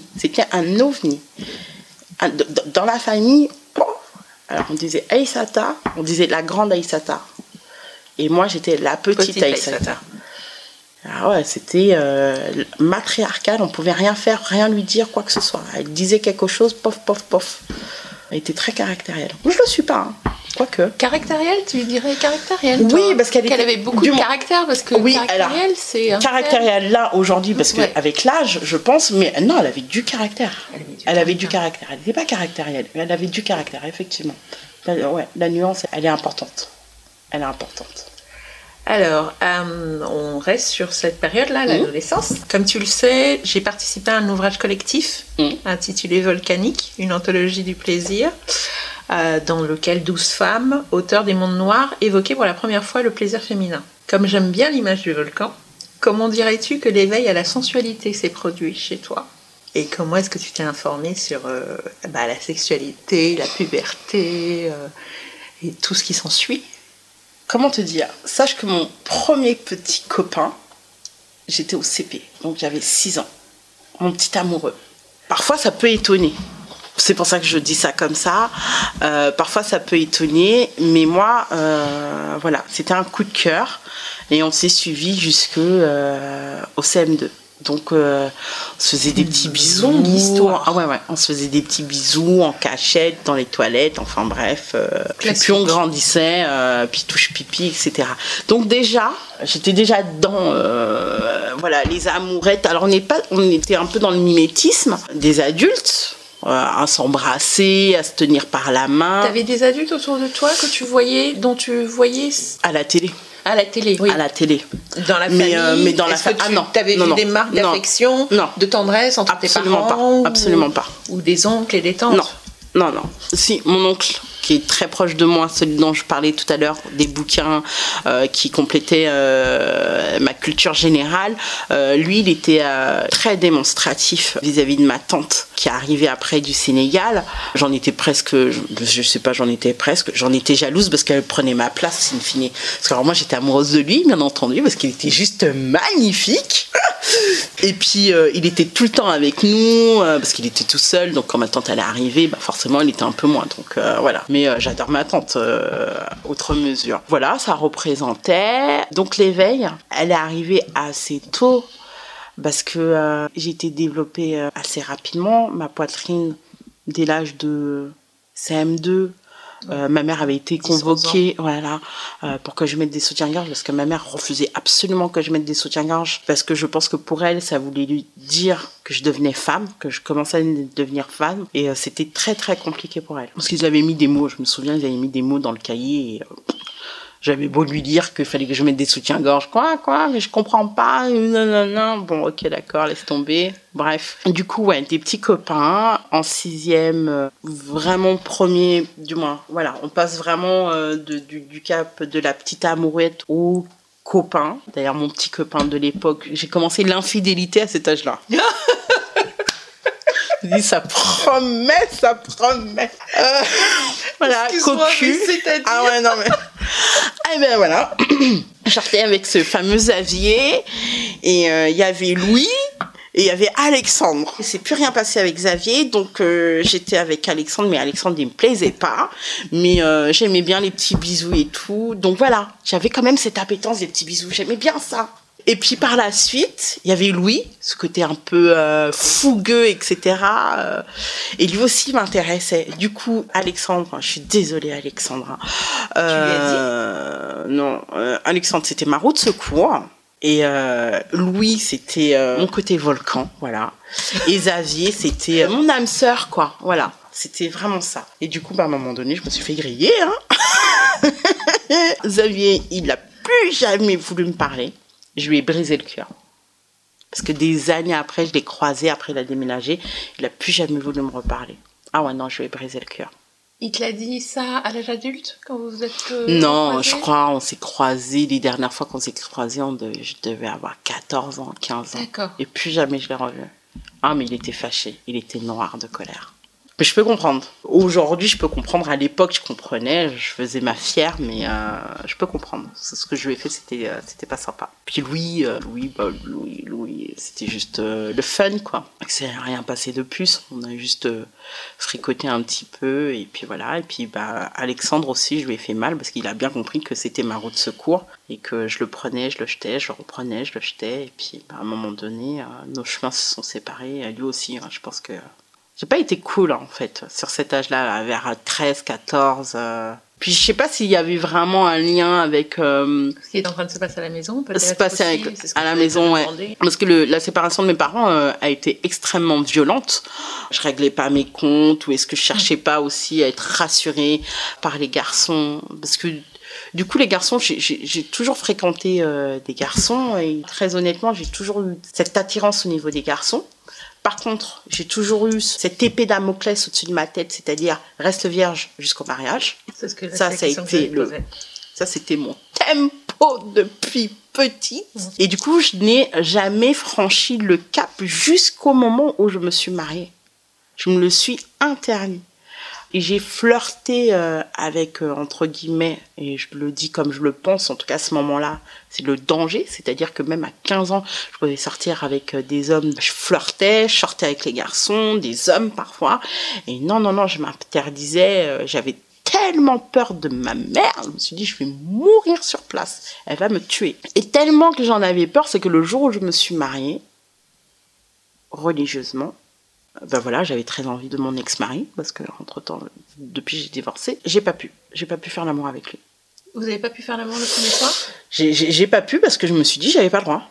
Dans la famille... Alors, on disait Aïssata, on disait la grande Aïssata. Et moi, j'étais la petite Aïssata. Alors ouais, c'était matriarcal, on pouvait rien faire, rien lui dire, quoi que ce soit. Elle disait quelque chose, pof, pof, pof. Elle était très caractérielle. Moi, je le suis pas, quoique. Caractérielle, tu dirais caractérielle? Oui, parce qu'elle avait beaucoup de caractère, parce que caractérielle, c'est... Caractérielle, là, aujourd'hui, parce qu'avec l'âge, je pense, mais non, elle avait du caractère. Elle avait du caractère. Elle n'était pas caractérielle, mais elle avait du caractère, effectivement. La nuance, elle est importante. Alors, on reste sur cette période-là, l'adolescence. Comme tu le sais, j'ai participé à un ouvrage collectif intitulé Volcanique, une anthologie du plaisir, dans lequel 12 femmes, auteurs des mondes noirs, évoquaient pour la première fois le plaisir féminin. Comme j'aime bien l'image du volcan, comment dirais-tu que l'éveil à la sensualité s'est produit chez toi? Et comment est-ce que tu t'es informée sur la sexualité, la puberté et tout ce qui s'ensuit? Comment te dire? Sache que mon premier petit copain, j'étais au CP, donc j'avais 6 ans. Mon petit amoureux. Parfois, ça peut étonner. C'est pour ça que je dis ça comme ça. Parfois, ça peut étonner, mais moi, voilà, c'était un coup de cœur et on s'est suivis jusqu'au CM2. Donc, on se faisait des petits bisous. Longue histoire. Ah ouais, on se faisait des petits bisous en cachette, dans les toilettes, enfin bref. Puis on grandissait, puis touche pipi, etc. Donc déjà, j'étais déjà dans, voilà, les amourettes. Alors on était un peu dans le mimétisme des adultes. À s'embrasser, à se tenir par la main. T'avais des adultes autour de toi que tu voyais, dont tu voyais à la télé. À la télé, oui. À la télé. Dans la famille. Mais dans la famille. Ah non. T'avais vu des marques d'affection, de tendresse entre tes parents Absolument pas. Ou des oncles et des tantes. Non. Si, mon oncle, qui est très proche de moi, celui dont je parlais tout à l'heure, des bouquins qui complétaient ma culture générale, lui, il était très démonstratif vis-à-vis de ma tante qui arrivait après du Sénégal. J'en étais jalouse parce qu'elle prenait ma place, in fine. Parce que alors moi, j'étais amoureuse de lui, bien entendu, parce qu'il était juste magnifique. Et puis, il était tout le temps avec nous, parce qu'il était tout seul. Donc, quand ma tante allait arriver, forcément, il était un peu moins. Donc, voilà. Mais j'adore ma tante, outre mesure. Voilà, ça représentait. Donc, l'éveil, elle est arrivée assez tôt, parce que j'ai été développée assez rapidement. Ma poitrine, dès l'âge de CM2, ma mère avait été convoquée pour que je mette des soutiens-gorge, parce que ma mère refusait absolument que je mette des soutiens-gorge, parce que je pense que pour elle, ça voulait lui dire que je devenais femme, que je commençais à devenir femme, et c'était très très compliqué pour elle. Parce qu'ils avaient mis des mots, je me souviens, ils avaient mis des mots dans le cahier, et j'avais beau lui dire qu'il fallait que je mette des soutiens-gorge. Quoi, mais je comprends pas. Non. Bon, ok, d'accord, laisse tomber. Bref. Du coup, des petits copains. En 6e, vraiment premier, du moins. Voilà, on passe vraiment du cap de la petite amourette au copain. D'ailleurs, mon petit copain de l'époque, j'ai commencé l'infidélité à cet âge-là. Je dis, ça promet. Voilà, cocu. Ah ouais, non mais... Eh ben voilà, je sortais avec ce fameux Xavier, et il y avait Louis, et il y avait Alexandre. Il s'est plus rien passé avec Xavier, donc j'étais avec Alexandre, mais Alexandre, il me plaisait pas, mais j'aimais bien les petits bisous et tout, donc voilà, j'avais quand même cette appétence des petits bisous, j'aimais bien ça. Et puis par la suite, il y avait Louis, ce côté un peu fougueux, etc. Et lui aussi m'intéressait. Du coup, Alexandre, je suis désolée Alexandre. Tu lui as dit ? Non, Alexandre, c'était ma roue de secours. Et Louis, c'était mon côté volcan, voilà. Et Xavier, c'était mon âme sœur, quoi. Voilà, c'était vraiment ça. Et du coup, à un moment donné, je me suis fait griller. Xavier, il n'a plus jamais voulu me parler. Je lui ai brisé le cœur. Parce que des années après, je l'ai croisé, après il a déménagé, il n'a plus jamais voulu me reparler. Ah ouais, non, je lui ai brisé le cœur. Il te l'a dit ça à l'âge adulte, quand vous êtes non, croisés? Je crois, on s'est croisés, les dernières fois qu'on s'est croisés, je devais avoir 14 ans, 15 ans. D'accord. Et plus jamais je l'ai revu. Ah, mais il était fâché, il était noir de colère. Mais je peux comprendre. Aujourd'hui, je peux comprendre. À l'époque, je comprenais. Je faisais ma fière, mais je peux comprendre. Ce que je lui ai fait, c'était pas sympa. Puis Louis, c'était juste le fun, quoi. Il s'est rien passé de plus. On a juste fricoté un petit peu, et puis voilà. Et puis, Alexandre aussi, je lui ai fait mal, parce qu'il a bien compris que c'était ma roue de secours, et que je le prenais, je le jetais, je le reprenais, je le jetais. Et puis, à un moment donné, nos chemins se sont séparés. Lui aussi, je pense que... J'ai pas été cool, en fait, sur cet âge-là, vers 13, 14. Puis je sais pas s'il y avait vraiment un lien avec... Ce qui est en train de se passer à la maison, peut-être. Se passer à la maison, ouais. Parce que la séparation de mes parents a été extrêmement violente. Je réglais pas mes comptes, ou est-ce que je cherchais pas aussi à être rassurée par les garçons. Parce que du coup, les garçons, j'ai toujours fréquenté des garçons, et très honnêtement, j'ai toujours eu cette attirance au niveau des garçons. Par contre, j'ai toujours eu cette épée Damoclès au-dessus de ma tête, c'est-à-dire reste vierge jusqu'au mariage. C'est ce que ça a été ça, c'était mon tempo depuis petite. Et du coup, je n'ai jamais franchi le cap jusqu'au moment où je me suis mariée. Je me le suis interdit. Et j'ai flirté avec, entre guillemets, et je le dis comme je le pense, en tout cas à ce moment-là, c'est le danger. C'est-à-dire que même à 15 ans, je pouvais sortir avec des hommes. Je flirtais, je sortais avec les garçons, des hommes parfois. Et non, je m'interdisais. J'avais tellement peur de ma mère. Je me suis dit, je vais mourir sur place. Elle va me tuer. Et tellement que j'en avais peur, c'est que le jour où je me suis mariée, religieusement, ben voilà, j'avais très envie de mon ex-mari, parce que entre-temps, depuis j'ai divorcé, j'ai pas pu faire l'amour avec lui. Vous n'avez pas pu faire l'amour le premier soir ? J'ai pas pu parce que je me suis dit j'avais pas le droit.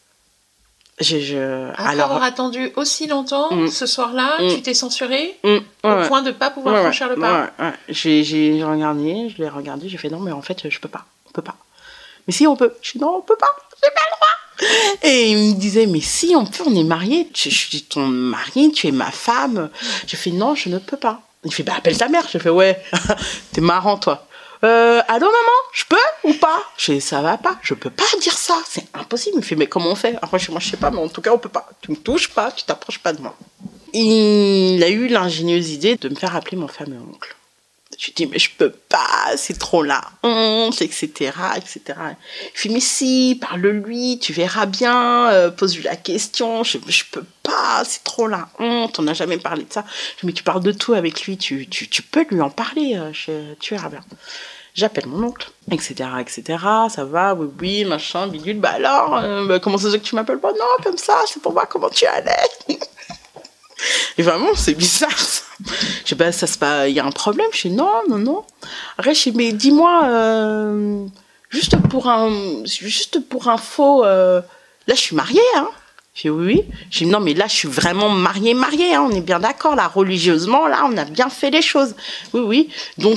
Après avoir attendu aussi longtemps, ce soir-là, tu t'es censurée au point de pas pouvoir franchir le pas. Ouais. J'ai regardé, je l'ai regardé, j'ai fait non mais en fait je peux pas, on peut pas. Mais si on peut, je dis non on peut pas, j'ai pas le droit. Et il me disait mais si on peut, on est mariés, je suis ton mari, tu es ma femme. J'ai fait non je ne peux pas. Il fait bah appelle ta mère. J'ai fait ouais, t'es marrant toi. Allô maman, je peux ou pas? Je fais ça va pas, je peux pas dire ça, c'est impossible. Il me fait mais comment on fait? Après moi je sais pas, mais en tout cas on peut pas. Tu me touches pas, tu t'approches pas de moi. Il a eu l'ingénieuse idée de me faire appeler mon fameux oncle. Je lui dis mais je peux pas, c'est trop la honte, etc. Il fait mais si, parle-lui, tu verras bien, pose-lui la question. Je peux pas, c'est trop la honte, on n'a jamais parlé de ça. Je dis mais tu parles de tout avec lui, tu peux lui en parler, tu verras bien. J'appelle mon oncle, etc. Ça va, oui, machin, bidule. Bah alors, comment ça se fait que tu m'appelles pas? Non, comme ça, c'est pour voir comment tu allais. Et vraiment, c'est bizarre, ça. Je sais pas, ça se passe, il y a un problème? Je dis non. Après, je dis, mais dis-moi, juste pour info, là, je suis mariée, hein. Je dis oui. Je dis non, mais là, je suis vraiment mariée, hein. On est bien d'accord, là, religieusement, là, on a bien fait les choses. Oui. Donc,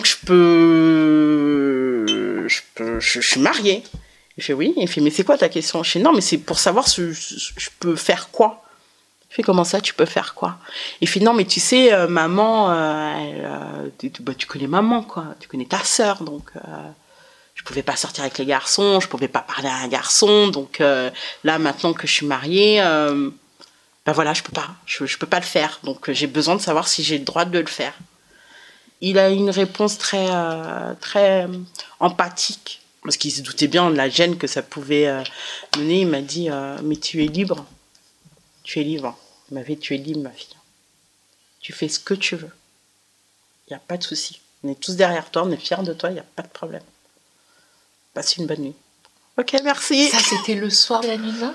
je suis mariée. Il fait oui. Il fait, mais c'est quoi ta question? Je dis non, mais c'est pour savoir si je peux faire quoi. Je fais comment ça, tu peux faire quoi? Il fait non, mais tu sais, maman, tu connais maman, quoi. Tu connais ta sœur, donc je pouvais pas sortir avec les garçons, je pouvais pas parler à un garçon, donc là, maintenant que je suis mariée, ben voilà, je peux pas le faire, donc j'ai besoin de savoir si j'ai le droit de le faire. Il a une réponse très empathique, parce qu'il se doutait bien de la gêne que ça pouvait mener. Il m'a dit, mais tu es libre. Tu es libre. Il m'a fait, tu es libre, ma fille. Tu fais ce que tu veux. Il n'y a pas de souci. On est tous derrière toi, on est fiers de toi, il n'y a pas de problème. Passe une bonne nuit. Ok, merci. Ça, c'était le soir de la nuit de noces ?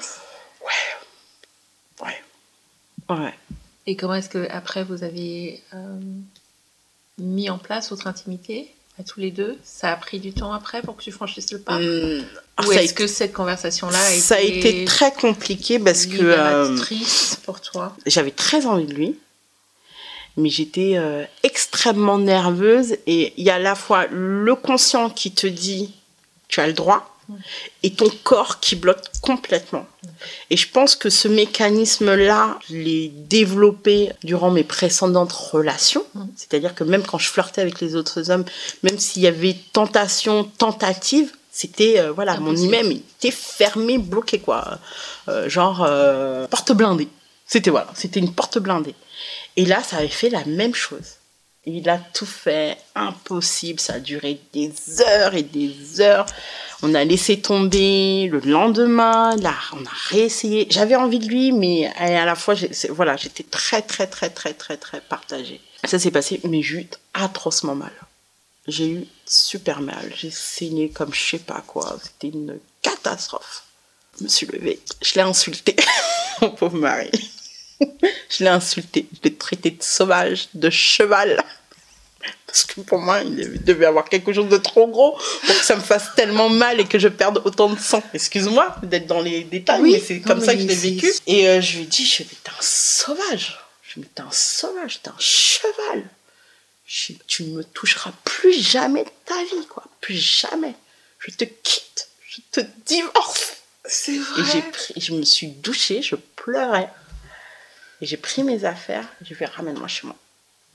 Ouais. Et comment est-ce que après vous avez mis en place votre intimité à tous les deux? Ça a pris du temps après pour que tu franchisses le pas? Ou est-ce que cette conversation-là ça a été très compliqué parce que triste pour toi? J'avais très envie de lui, mais j'étais extrêmement nerveuse, et il y a à la fois le conscient qui te dit tu as le droit et ton corps qui bloque complètement. Et je pense que ce mécanisme-là, je l'ai développé durant mes précédentes relations. C'est-à-dire que même quand je flirtais avec les autres hommes, même s'il y avait tentative, c'était, mon hymen était fermé, bloqué, quoi. Porte blindée. C'était une porte blindée. Et là, ça avait fait la même chose. Il a tout fait, impossible, ça a duré des heures et des heures. On a laissé tomber. Le lendemain, là, on a réessayé. J'avais envie de lui, mais à la fois, j'étais très, très, très, très, très, très partagée. Ça s'est passé, mais j'ai eu atrocement mal. J'ai eu super mal. J'ai saigné comme je sais pas quoi. C'était une catastrophe. Je me suis levée. Je l'ai insulté, mon pauvre mari. Je l'ai insulté. Je l'ai traité de sauvage, de cheval. Parce que pour moi, il devait avoir quelque chose de trop gros pour que ça me fasse tellement mal et que je perde autant de sang. Excuse-moi d'être dans les détails, mais c'est comme ça que je l'ai vécu. Et je lui ai dit, t'es un sauvage. T'es un sauvage, t'es un cheval. Tu ne me toucheras plus jamais de ta vie, quoi. Plus jamais. Je te quitte. Je te divorce. C'est vrai. Et je me suis douchée, je pleurais. Et j'ai pris mes affaires, j'ai fait ramène-moi chez moi.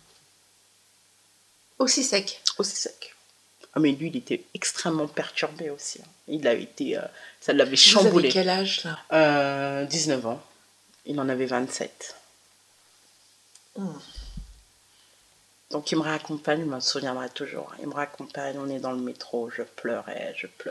Aussi sec. Ah, mais lui, il était extrêmement perturbé aussi. Il a été, ça l'avait chamboulé. Vous avez quel âge, là? 19 ans. Il en avait 27. Donc il me raccompagne, je me souviendrai toujours. Il me raccompagne, on est dans le métro, je pleurais.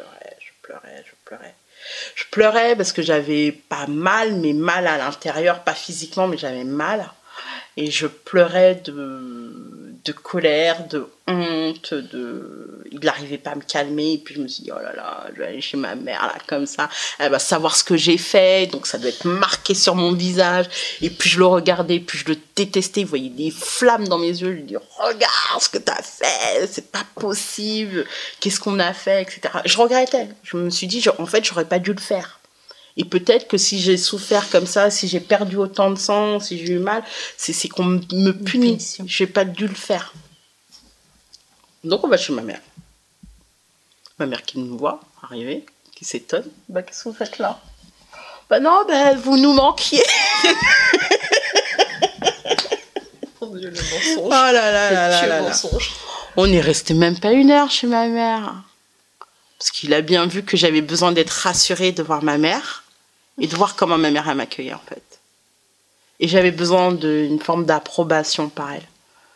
Je pleurais parce que j'avais pas mal, mais mal à l'intérieur, pas physiquement, mais j'avais mal. Et je pleurais de colère, de honte, il n'arrivait pas à me calmer. Et puis je me suis dit, oh là là, je vais aller chez ma mère, là, comme ça. Elle va savoir ce que j'ai fait, donc ça doit être marqué sur mon visage. Et puis je le regardais, puis je le détestais. Il voyait des flammes dans mes yeux. Je lui dis, regarde ce que t'as fait, c'est pas possible. Qu'est-ce qu'on a fait, etc. Je regrettais. Je me suis dit, en fait, j'aurais pas dû le faire. Et peut-être que si j'ai souffert comme ça, si j'ai perdu autant de sang, si j'ai eu mal, c'est qu'on me punit. J'ai pas dû le faire. Donc on va chez ma mère. Ma mère qui nous voit arriver, qui s'étonne. Bah qu'est-ce que vous faites là? Bah non, vous nous manquiez. Oh Dieu, le mensonge. Oh là là là là là. On est resté même pas 1 heure chez ma mère. Parce qu'il a bien vu que j'avais besoin d'être rassurée de voir ma mère. Et de voir comment ma mère m'accueillait, en fait. Et j'avais besoin d'une forme d'approbation par elle.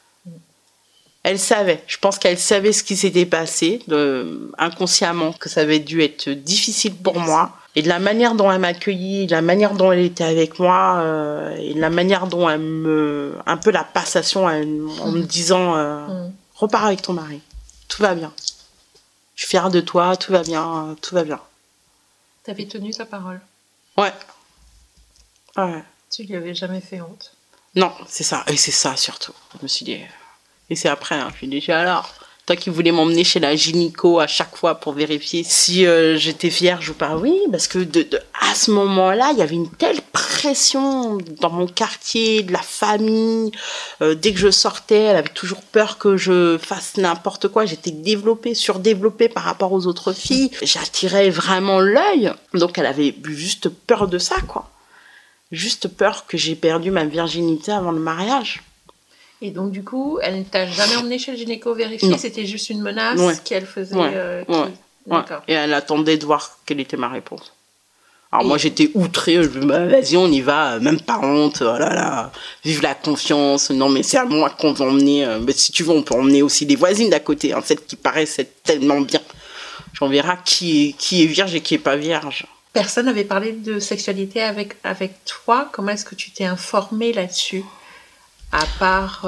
Elle savait. Je pense qu'elle savait ce qui s'était passé, inconsciemment, que ça avait dû être difficile pour moi. Et de la manière dont elle m'accueillit, de la manière dont elle était avec moi, et de la manière dont elle un peu la passation, en me disant, repars avec ton mari. Tout va bien. Je suis fière de toi, tout va bien, tout va bien. T'avais tenu ta parole. Ouais. Ouais. Tu lui avais jamais fait honte. Non, c'est ça. Et c'est ça, surtout. Je me suis dit... Et c'est après, je me suis dit, alors, toi qui voulais m'emmener chez la gynéco à chaque fois pour vérifier si j'étais vierge ou pas. Oui, parce que à ce moment-là, il y avait une telle pression dans mon quartier, de la famille. Dès que je sortais, elle avait toujours peur que je fasse n'importe quoi. J'étais surdéveloppée par rapport aux autres filles. J'attirais vraiment l'œil. Donc elle avait juste peur de ça, quoi. Juste peur que j'ai perdu ma virginité avant le mariage. Et donc, du coup, elle ne t'a jamais emmené chez le gynéco vérifier? C'était juste une menace qu'elle faisait. D'accord. Et elle attendait de voir quelle était ma réponse. Alors moi, j'étais outrée. Je me dis, vas-y, on y va. Même pas honte. Oh là là. Vive la confiance. Non, mais c'est à moi qu'on va emmener. Mais si tu veux, on peut emmener aussi les voisines d'à côté. Hein, celles qui paraissent être tellement bien. On verra qui est vierge et qui est pas vierge. Personne n'avait parlé de sexualité avec toi. Comment est-ce que tu t'es informée là-dessus? À part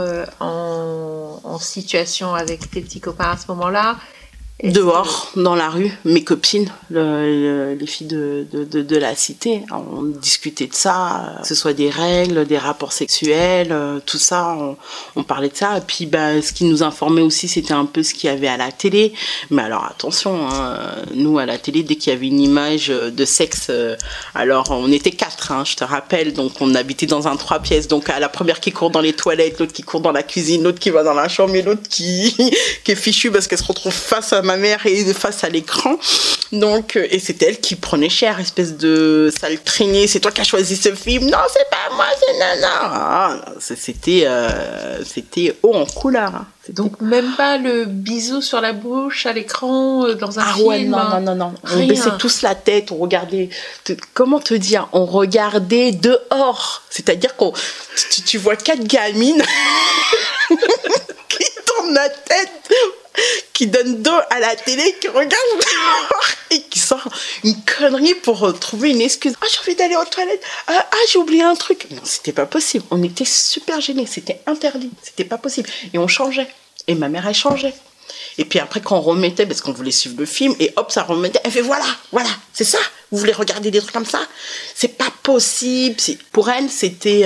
en situation avec tes petits copains à ce moment-là? Dehors, dans la rue, mes copines, les filles de la cité, on discutait de ça, que ce soit des règles, des rapports sexuels, tout ça, on parlait de ça. Et puis, ce qui nous informait aussi, c'était un peu ce qu'il y avait à la télé. Mais alors, attention, nous, à la télé, dès qu'il y avait une image de sexe, alors on était 4, je te rappelle, donc on habitait dans un 3 pièces. Donc, à la première qui court dans les toilettes, l'autre qui court dans la cuisine, l'autre qui va dans la chambre et l'autre qui est fichue parce qu'elle se retrouve face à ma mère et face à l'écran. Donc, et c'était elle qui prenait cher, espèce de sale traînée. C'est toi qui as choisi ce film? Non, c'est pas moi, c'est nana. C'était haut en couleur. Hein. Donc même pas le bisou sur la bouche à l'écran dans un film? Ouais, non. On baissait tous la tête, on regardait. Comment te dire? On regardait dehors. C'est-à-dire qu'on, tu vois 4 gamines qui tournent la tête, qui donne dos à la télé, qui regarde et qui sort une connerie pour trouver une excuse. Ah, j'ai envie d'aller aux toilettes. Ah, j'ai oublié un truc. Non, c'était pas possible. On était super gênés. C'était interdit. C'était pas possible. Et on changeait. Et ma mère, elle changeait. Et puis après, quand on remettait, parce qu'on voulait suivre le film, et hop, ça remettait. Elle fait voilà, c'est ça. Vous voulez regarder des trucs comme ça? C'est pas possible. Pour elle, c'était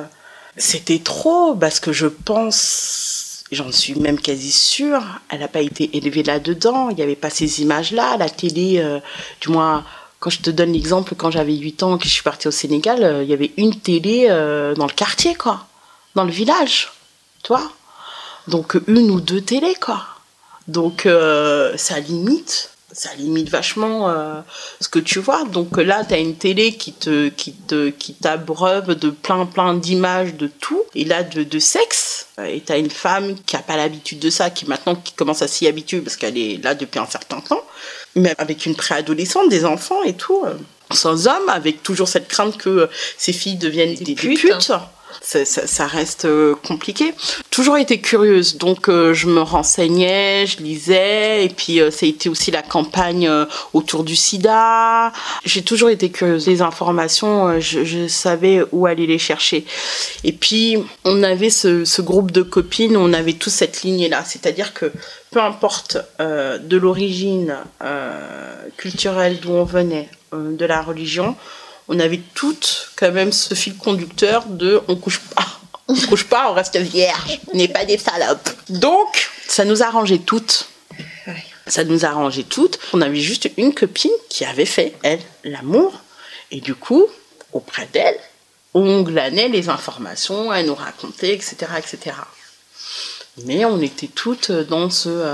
trop, parce que je pense... J'en suis même quasi sûre, elle n'a pas été élevée là-dedans, il n'y avait pas ces images-là, la télé, du moins, quand je te donne l'exemple, quand j'avais 8 ans, que je suis partie au Sénégal, il y avait une télé dans le quartier, quoi, dans le village, tu vois. Donc, 1 ou 2 télés, quoi. Donc, ça limite vachement ce que tu vois. Donc là, tu as une télé qui t'abreuve de plein d'images de tout, et là de sexe, et tu as une femme qui n'a pas l'habitude de ça, qui commence à s'y habituer parce qu'elle est là depuis un certain temps, mais avec une préadolescente, des enfants et tout, sans homme, avec toujours cette crainte que ces filles deviennent des putes. Ça reste compliqué. Toujours été curieuse, donc je me renseignais, je lisais, et puis ça a été aussi la campagne autour du sida. J'ai toujours été curieuse. Les informations, je savais où aller les chercher. Et puis, on avait ce groupe de copines, on avait tous cette lignée-là, c'est-à-dire que peu importe de l'origine culturelle d'où on venait, de la religion, on avait toutes quand même ce fil conducteur de on couche pas, on reste vierge, on n'est pas des salopes. Donc, ça nous arrangeait toutes. Ça nous arrangeait toutes. On avait juste une copine qui avait fait, elle, l'amour. Et du coup, auprès d'elle, on glanait les informations, elle nous racontait, etc., etc. Mais on était toutes dans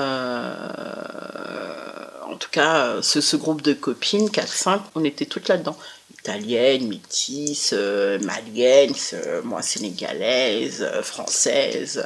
en tout cas, ce groupe de copines, 4-5, on était toutes là-dedans. Italienne, métisse, malienne, moi sénégalaise, française.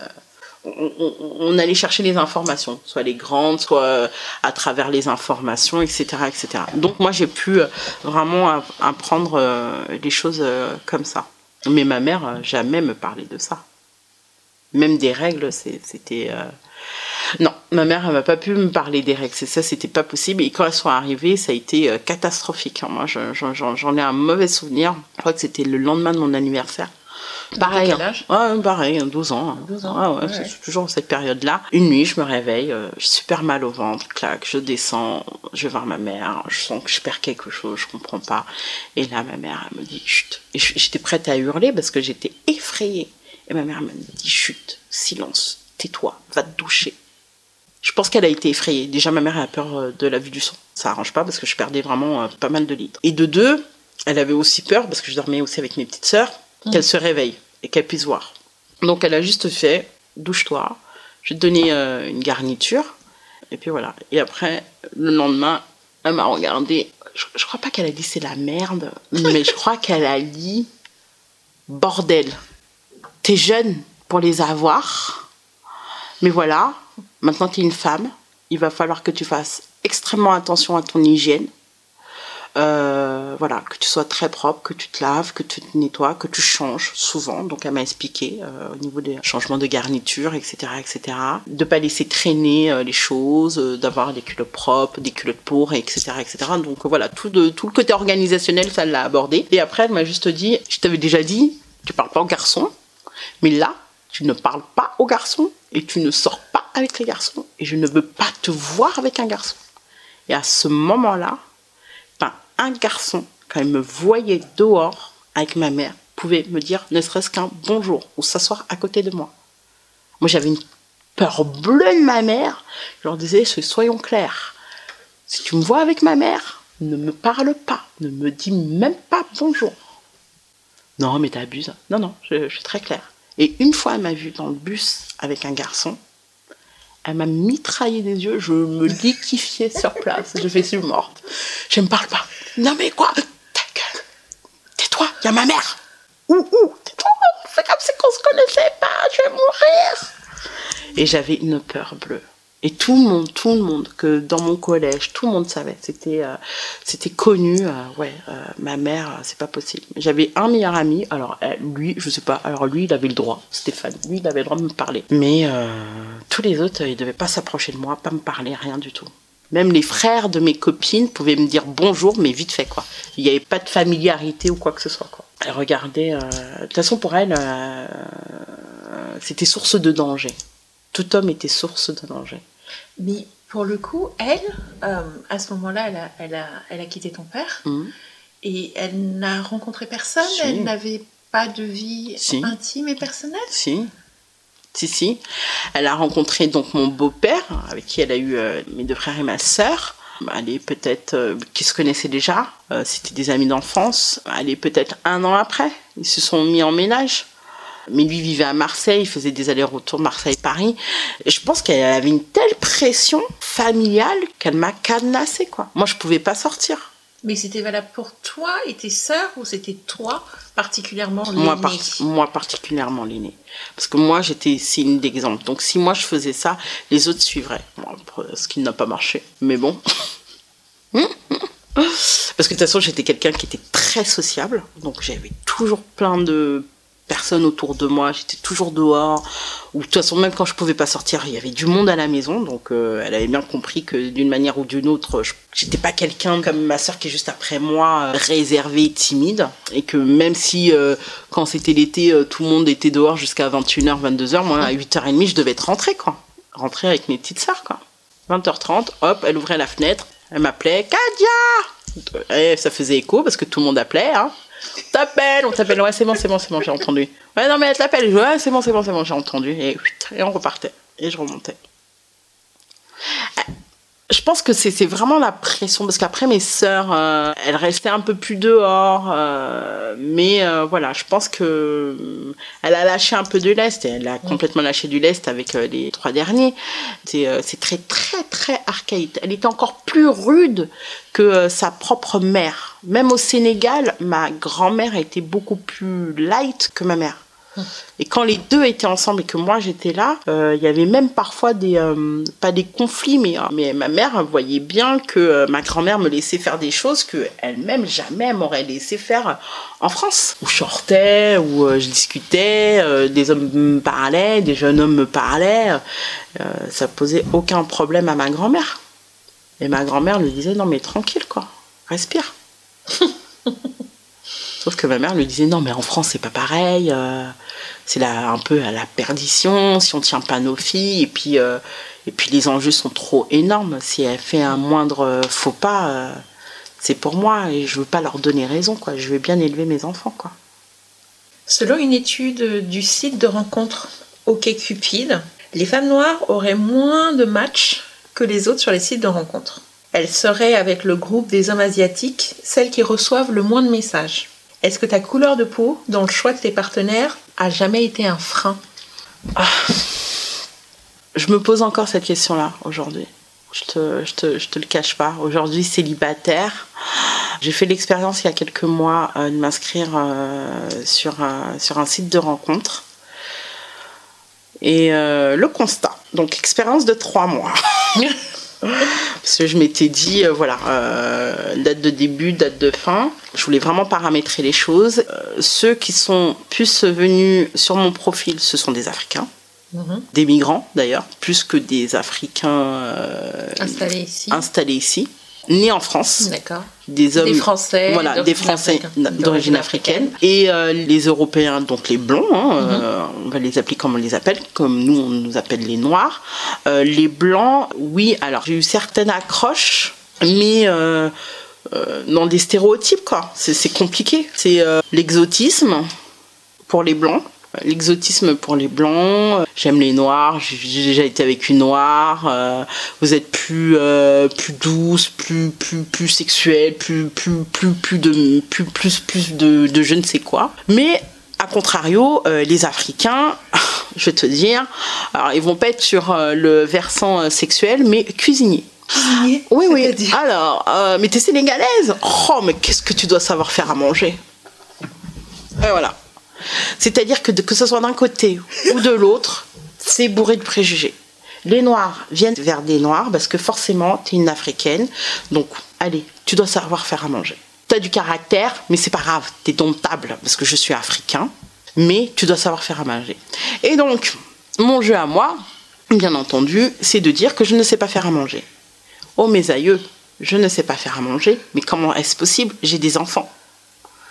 On allait chercher les informations, soit les grandes, soit à travers les informations, etc., etc. Donc moi j'ai pu vraiment apprendre les choses comme ça. Mais ma mère jamais me parlait de ça. Même des règles, c'était... Non, ma mère, elle m'a pas pu me parler des règles. C'était pas possible. Et quand elles sont arrivées, ça a été catastrophique. Moi, j'en ai un mauvais souvenir. Je crois que c'était le lendemain de mon anniversaire. Pareil. Quel âge ? Pareil, 12 ans. 12 ans. Ah ouais. C'est toujours cette période-là. Une nuit, je me réveille, j'ai super mal au ventre, clac, je descends, je vais voir ma mère, je sens que je perds quelque chose, je comprends pas. Et là, ma mère, elle me dit chut. Et j'étais prête à hurler parce que j'étais effrayée. Et ma mère me dit chut, silence, tais-toi, va te doucher. Je pense qu'elle a été effrayée. Déjà, ma mère a peur de la vue du sang. Ça arrange pas parce que je perdais vraiment pas mal de litres. Et de deux, elle avait aussi peur, parce que je dormais aussi avec mes petites sœurs, qu'elle se réveille et qu'elle puisse voir. Donc, elle a juste fait, douche-toi, je vais te donner une garniture. Et puis voilà. Et après, le lendemain, elle m'a regardée. Je crois pas qu'elle a dit c'est la merde, mais je crois qu'elle a dit bordel. T'es jeune pour les avoir, mais voilà. Maintenant, tu es une femme, il va falloir que tu fasses extrêmement attention à ton hygiène. Voilà, que tu sois très propre, que tu te laves, que tu te nettoies, que tu changes souvent. Donc, elle m'a expliqué au niveau des changements de garniture, etc., etc. De pas laisser traîner les choses, d'avoir des culottes propres, des culottes pour, etc., etc. Donc, voilà, tout le côté organisationnel, ça l'a abordé. Et après, elle m'a juste dit, je t'avais déjà dit, tu parles pas aux garçons, mais là, tu ne parles pas aux garçons et tu ne sors pas avec les garçons et je ne veux pas te voir avec un garçon. Et à ce moment-là, un garçon, quand il me voyait dehors avec ma mère, pouvait me dire ne serait-ce qu'un bonjour ou s'asseoir à côté de moi. Moi, j'avais une peur bleue de ma mère. Je leur disais, soyons clairs. Si tu me vois avec ma mère, ne me parle pas, ne me dis même pas bonjour. Non, mais t'abuses. Non, je suis très claire. Et une fois, elle m'a vue dans le bus avec un garçon. Elle m'a mitraillé des yeux, je me liquéfiais sur place. Je suis morte. Je ne me parle pas. Non mais quoi ? Ta gueule. Tais-toi, il y a ma mère. Tais-toi, c'est comme si qu'on se connaissait pas, je vais mourir. Et j'avais une peur bleue. Et tout le monde, que dans mon collège, tout le monde savait. C'était connu. Ma mère, c'est pas possible. J'avais un meilleur ami. Alors lui, je sais pas. Alors lui, il avait le droit. Stéphane, lui, il avait le droit de me parler. Mais tous les autres, ils devaient pas s'approcher de moi, pas me parler, rien du tout. Même les frères de mes copines pouvaient me dire bonjour, mais vite fait, quoi. Il n'y avait pas de familiarité ou quoi que ce soit, quoi. Elle regardait... De toute façon, pour elle, c'était source de danger. Tout homme était source de danger. Mais pour le coup, elle, à ce moment-là, elle a quitté ton père et elle n'a rencontré personne. Si. Elle n'avait pas de vie intime et personnelle. Si. Elle a rencontré donc mon beau-père, avec qui elle a eu mes deux frères et ma sœur. Elle est peut-être qui se connaissaient déjà. C'était des amis d'enfance. Elle est peut-être 1 an après. Ils se sont mis en ménage. Mais lui vivait à Marseille, il faisait des allers-retours Marseille-Paris. Et je pense qu'elle avait une telle pression familiale qu'elle m'a cadenassée, quoi. Moi, je pouvais pas sortir. Mais c'était valable pour toi et tes sœurs ou c'était toi particulièrement l'aîné ? Moi particulièrement l'aîné. Parce que moi, j'étais signe d'exemple. Donc si moi je faisais ça, les autres suivraient. Bon, ce qui n'a pas marché. Mais bon. Parce que de toute façon, j'étais quelqu'un qui était très sociable. Donc j'avais toujours plein de personne autour de moi, j'étais toujours dehors, ou de toute façon même quand je pouvais pas sortir, il y avait du monde à la maison, donc elle avait bien compris que d'une manière ou d'une autre, j'étais pas quelqu'un comme ma sœur qui est juste après moi, réservée, timide, et que même si quand c'était l'été, tout le monde était dehors jusqu'à 21h, 22h, moi à 8h30 je devais être rentrée avec mes petites sœurs 20h30, hop, elle ouvrait la fenêtre, elle m'appelait Kadia, et ça faisait écho parce que tout le monde appelait, hein. On t'appelle, ouais, c'est bon, j'ai entendu. Ouais, non, mais elle t'appelle, ouais, c'est bon, j'ai entendu. Et on repartait, et je remontais. Je pense que c'est vraiment la pression, parce qu'après mes sœurs, elles restaient un peu plus dehors, mais voilà, je pense que elle a lâché un peu de lest, elle a complètement lâché du lest avec les 3 derniers. C'est très, très, très archaïque. Elle était encore plus rude que sa propre mère. Même au Sénégal, ma grand-mère était beaucoup plus light que ma mère. Et quand les deux étaient ensemble et que moi j'étais là, il y avait même parfois pas des conflits, mais ma mère voyait bien que ma grand-mère me laissait faire des choses que elle-même jamais m'aurait laissé faire en France. Où je sortais, où je discutais, des hommes me parlaient, des jeunes hommes me parlaient, ça posait aucun problème à ma grand-mère. Et ma grand-mère lui disait non mais tranquille respire. Sauf que ma mère lui disait non mais en France c'est pas pareil, c'est un peu à la perdition si on tient pas nos filles, et puis les enjeux sont trop énormes, si elle fait un moindre faux pas, c'est pour moi et je veux pas leur donner raison je veux bien élever mes enfants Selon une étude du site de rencontre OkCupid, les femmes noires auraient moins de matchs que les autres sur les sites de rencontres. Elles seraient avec le groupe des hommes asiatiques celles qui reçoivent le moins de messages. Est-ce que ta couleur de peau, dans le choix de tes partenaires, a jamais été un frein ? Je me pose encore cette question-là aujourd'hui. Je te le cache pas. Aujourd'hui, célibataire. J'ai fait l'expérience il y a quelques mois de m'inscrire sur un site de rencontre. Et le constat. Donc, expérience de 3 mois. Parce que je m'étais dit, date de début, date de fin. Je voulais vraiment paramétrer les choses. Ceux qui sont plus venus sur mon profil, ce sont des Africains. Des migrants, d'ailleurs, plus que des Africains installés ici. Nés en France. D'accord. Des hommes, des Français, des Français d'origine africaine. Et les Européens, donc les blonds, on va les appeler comme on les appelle, comme nous on nous appelle les noirs. Les blancs, oui, alors j'ai eu certaines accroches, mais dans des stéréotypes, c'est compliqué. C'est l'exotisme pour les blancs. L'exotisme pour les blancs, j'aime les noirs, j'ai déjà été avec une noire, vous êtes plus douce, plus sexuelle, plus de je ne sais quoi. Mais à contrario, les Africains, je vais te dire, alors ils vont pas être sur le versant sexuel, mais cuisiniers. Oui. Alors, mais t'es sénégalaise. Oh, mais qu'est-ce que tu dois savoir faire à manger. Et voilà. C'est-à-dire que ce soit d'un côté ou de l'autre, c'est bourré de préjugés. Les Noirs viennent vers des Noirs parce que forcément, t'es une Africaine. Donc, allez, tu dois savoir faire à manger. T'as du caractère, mais c'est pas grave, t'es domptable parce que je suis africain. Mais tu dois savoir faire à manger. Et donc, mon jeu à moi, bien entendu, c'est de dire que je ne sais pas faire à manger. Oh mes aïeux, je ne sais pas faire à manger, mais comment est-ce possible ? J'ai des enfants. What ?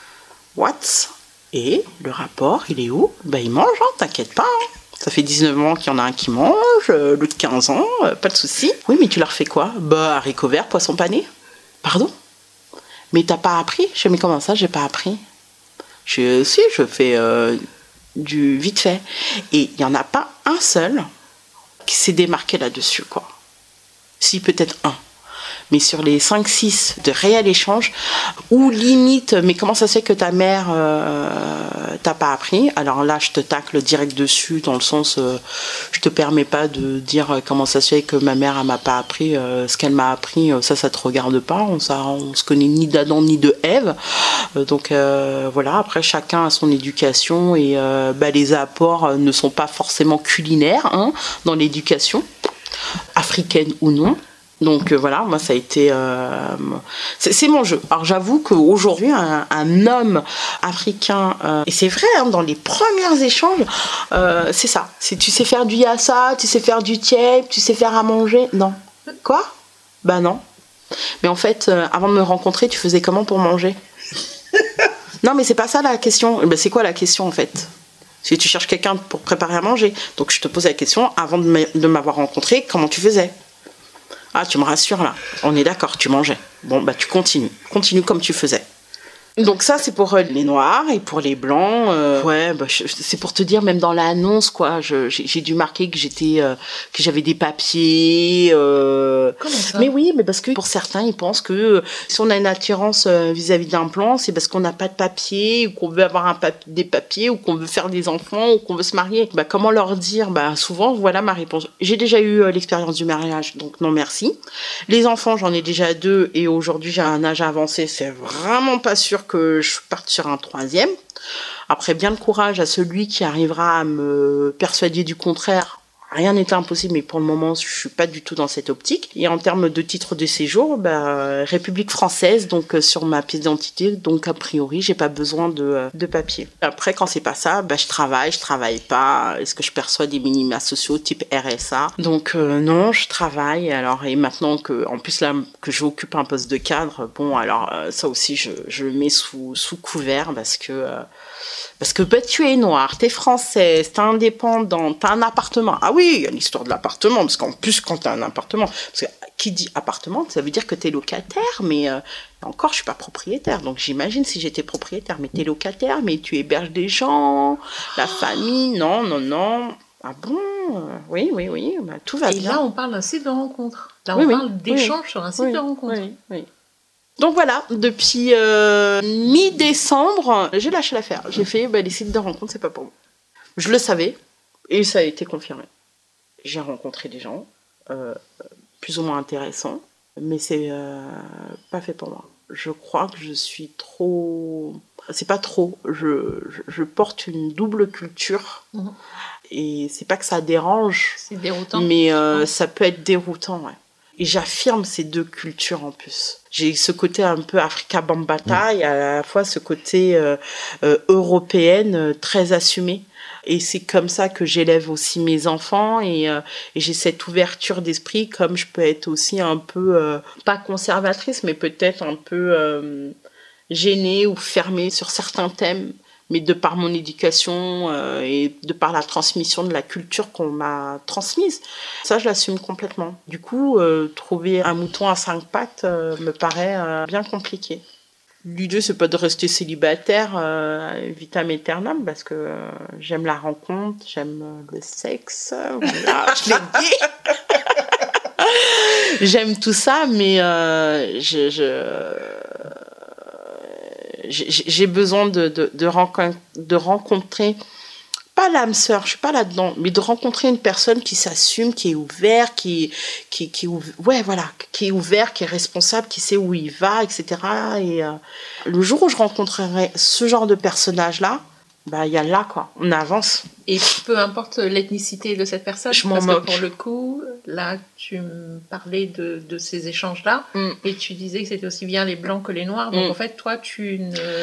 Et le rapport, il est où ? Il mange, t'inquiète pas. Ça fait 19 ans qu'il y en a un qui mange, l'autre 15 ans, pas de souci. Oui, mais tu leur fais quoi ? Haricots verts, poisson pané. Pardon ? Mais t'as pas appris ? Je dis, mais comment ça, j'ai pas appris ? Je fais du vite fait. Et il n'y en a pas un seul qui s'est démarqué là-dessus, Si, peut-être un. Mais sur les 5-6 de réel échange, ou limite, mais comment ça se fait que ta mère t'a pas appris ? Alors là, je te tacle direct dessus, dans le sens, je te permets pas de dire comment ça se fait que ma mère, elle m'a pas appris. Ce qu'elle m'a appris, ça te regarde pas. On se connaît ni d'Adam ni de Ève. Donc voilà, après, chacun a son éducation et les apports ne sont pas forcément culinaires dans l'éducation, africaine ou non. Donc voilà, moi ça a été... c'est mon jeu. Alors j'avoue qu'aujourd'hui, un homme africain, et c'est vrai, hein, dans les premiers échanges, c'est ça. C'est tu sais faire du yassa, tu sais faire du tiep, tu sais faire à manger. Non. Quoi ? Bah non. Mais en fait, avant de me rencontrer, tu faisais comment pour manger ? Non, mais c'est pas ça la question. Ben, c'est quoi la question en fait ? Si tu cherches quelqu'un pour préparer à manger. Donc je te pose la question, avant de m'avoir rencontré, comment tu faisais ? Ah, tu me rassures là. On est d'accord, tu mangeais. Bon, bah tu continues. Continue comme tu faisais. Donc ça, c'est pour les noirs et pour les blancs. Ouais, bah, c'est pour te dire, même dans l'annonce, quoi. J'ai dû marquer que que j'avais des papiers. Comment ça ? Mais oui, mais parce que pour certains, ils pensent que si on a une attirance vis-à-vis d'un blanc, c'est parce qu'on n'a pas de papiers, ou qu'on veut avoir des papiers, ou qu'on veut faire des enfants, ou qu'on veut se marier. Bah comment leur dire ? Bah souvent, voilà ma réponse. J'ai déjà eu l'expérience du mariage, donc non merci. Les enfants, j'en ai déjà 2, et aujourd'hui j'ai un âge avancé. C'est vraiment pas sûr que je parte sur un 3e. Après, bien le courage à celui qui arrivera à me persuader du contraire. Rien n'est impossible, mais pour le moment, je suis pas du tout dans cette optique. Et en termes de titre de séjour, République française, donc sur ma pièce d'identité, donc a priori, j'ai pas besoin de papier. Après, quand c'est pas ça, je travaille pas. Est-ce que je perçois des minima sociaux type RSA ? Donc non, je travaille. Alors et maintenant en plus là que j'occupe un poste de cadre, bon alors ça aussi je le mets sous couvert parce que tu es noire, t'es française, t'es indépendante, t'as un appartement. Ah oui, il y a l'histoire de l'appartement, parce qu'en plus, quand t'as un appartement, parce que qui dit appartement, ça veut dire que t'es locataire, mais encore, je suis pas propriétaire. Donc j'imagine si j'étais propriétaire, mais t'es locataire, mais tu héberges des gens, la famille, non. Ah bon oui, tout va bien. Et là, on parle d'un site de rencontre. Là, on parle d'échange sur un site de rencontre. Oui. Donc voilà, depuis mi-décembre, j'ai lâché l'affaire. J'ai fait, les sites de rencontres, c'est pas pour moi. Je le savais, et ça a été confirmé. J'ai rencontré des gens, plus ou moins intéressants, mais c'est pas fait pour moi. Je crois que je suis trop... C'est pas trop, je porte une double culture, et c'est pas que ça dérange. C'est déroutant. Mais ça peut être déroutant, ouais. Et j'affirme ces 2 cultures en plus. J'ai ce côté un peu Africa Bambata et à la fois ce côté européenne très assumé. Et c'est comme ça que j'élève aussi mes enfants et j'ai cette ouverture d'esprit, comme je peux être aussi un peu, pas conservatrice, mais peut-être un peu gênée ou fermée sur certains thèmes. Mais de par mon éducation et de par la transmission de la culture qu'on m'a transmise, ça je l'assume complètement. Du coup, trouver un mouton à 5 pattes me paraît bien compliqué. L'idée, c'est pas de rester célibataire vitam aeternam, parce que j'aime la rencontre, j'aime le sexe, voilà, je l'ai dit. J'aime tout ça, mais j'ai besoin de rencontrer, pas l'âme sœur, je suis pas là-dedans, mais de rencontrer une personne qui s'assume, qui est ouvert, qui est ouvert, qui est responsable, qui sait où il va, etc. Et le jour où je rencontrerai ce genre de personnage-là, il y a là, quoi, on avance. Et peu importe l'ethnicité de cette personne, je m'en parce moque. Que pour le coup, là, tu me parlais de ces échanges-là, et tu disais que c'était aussi bien les blancs que les noirs, donc en fait, toi, tu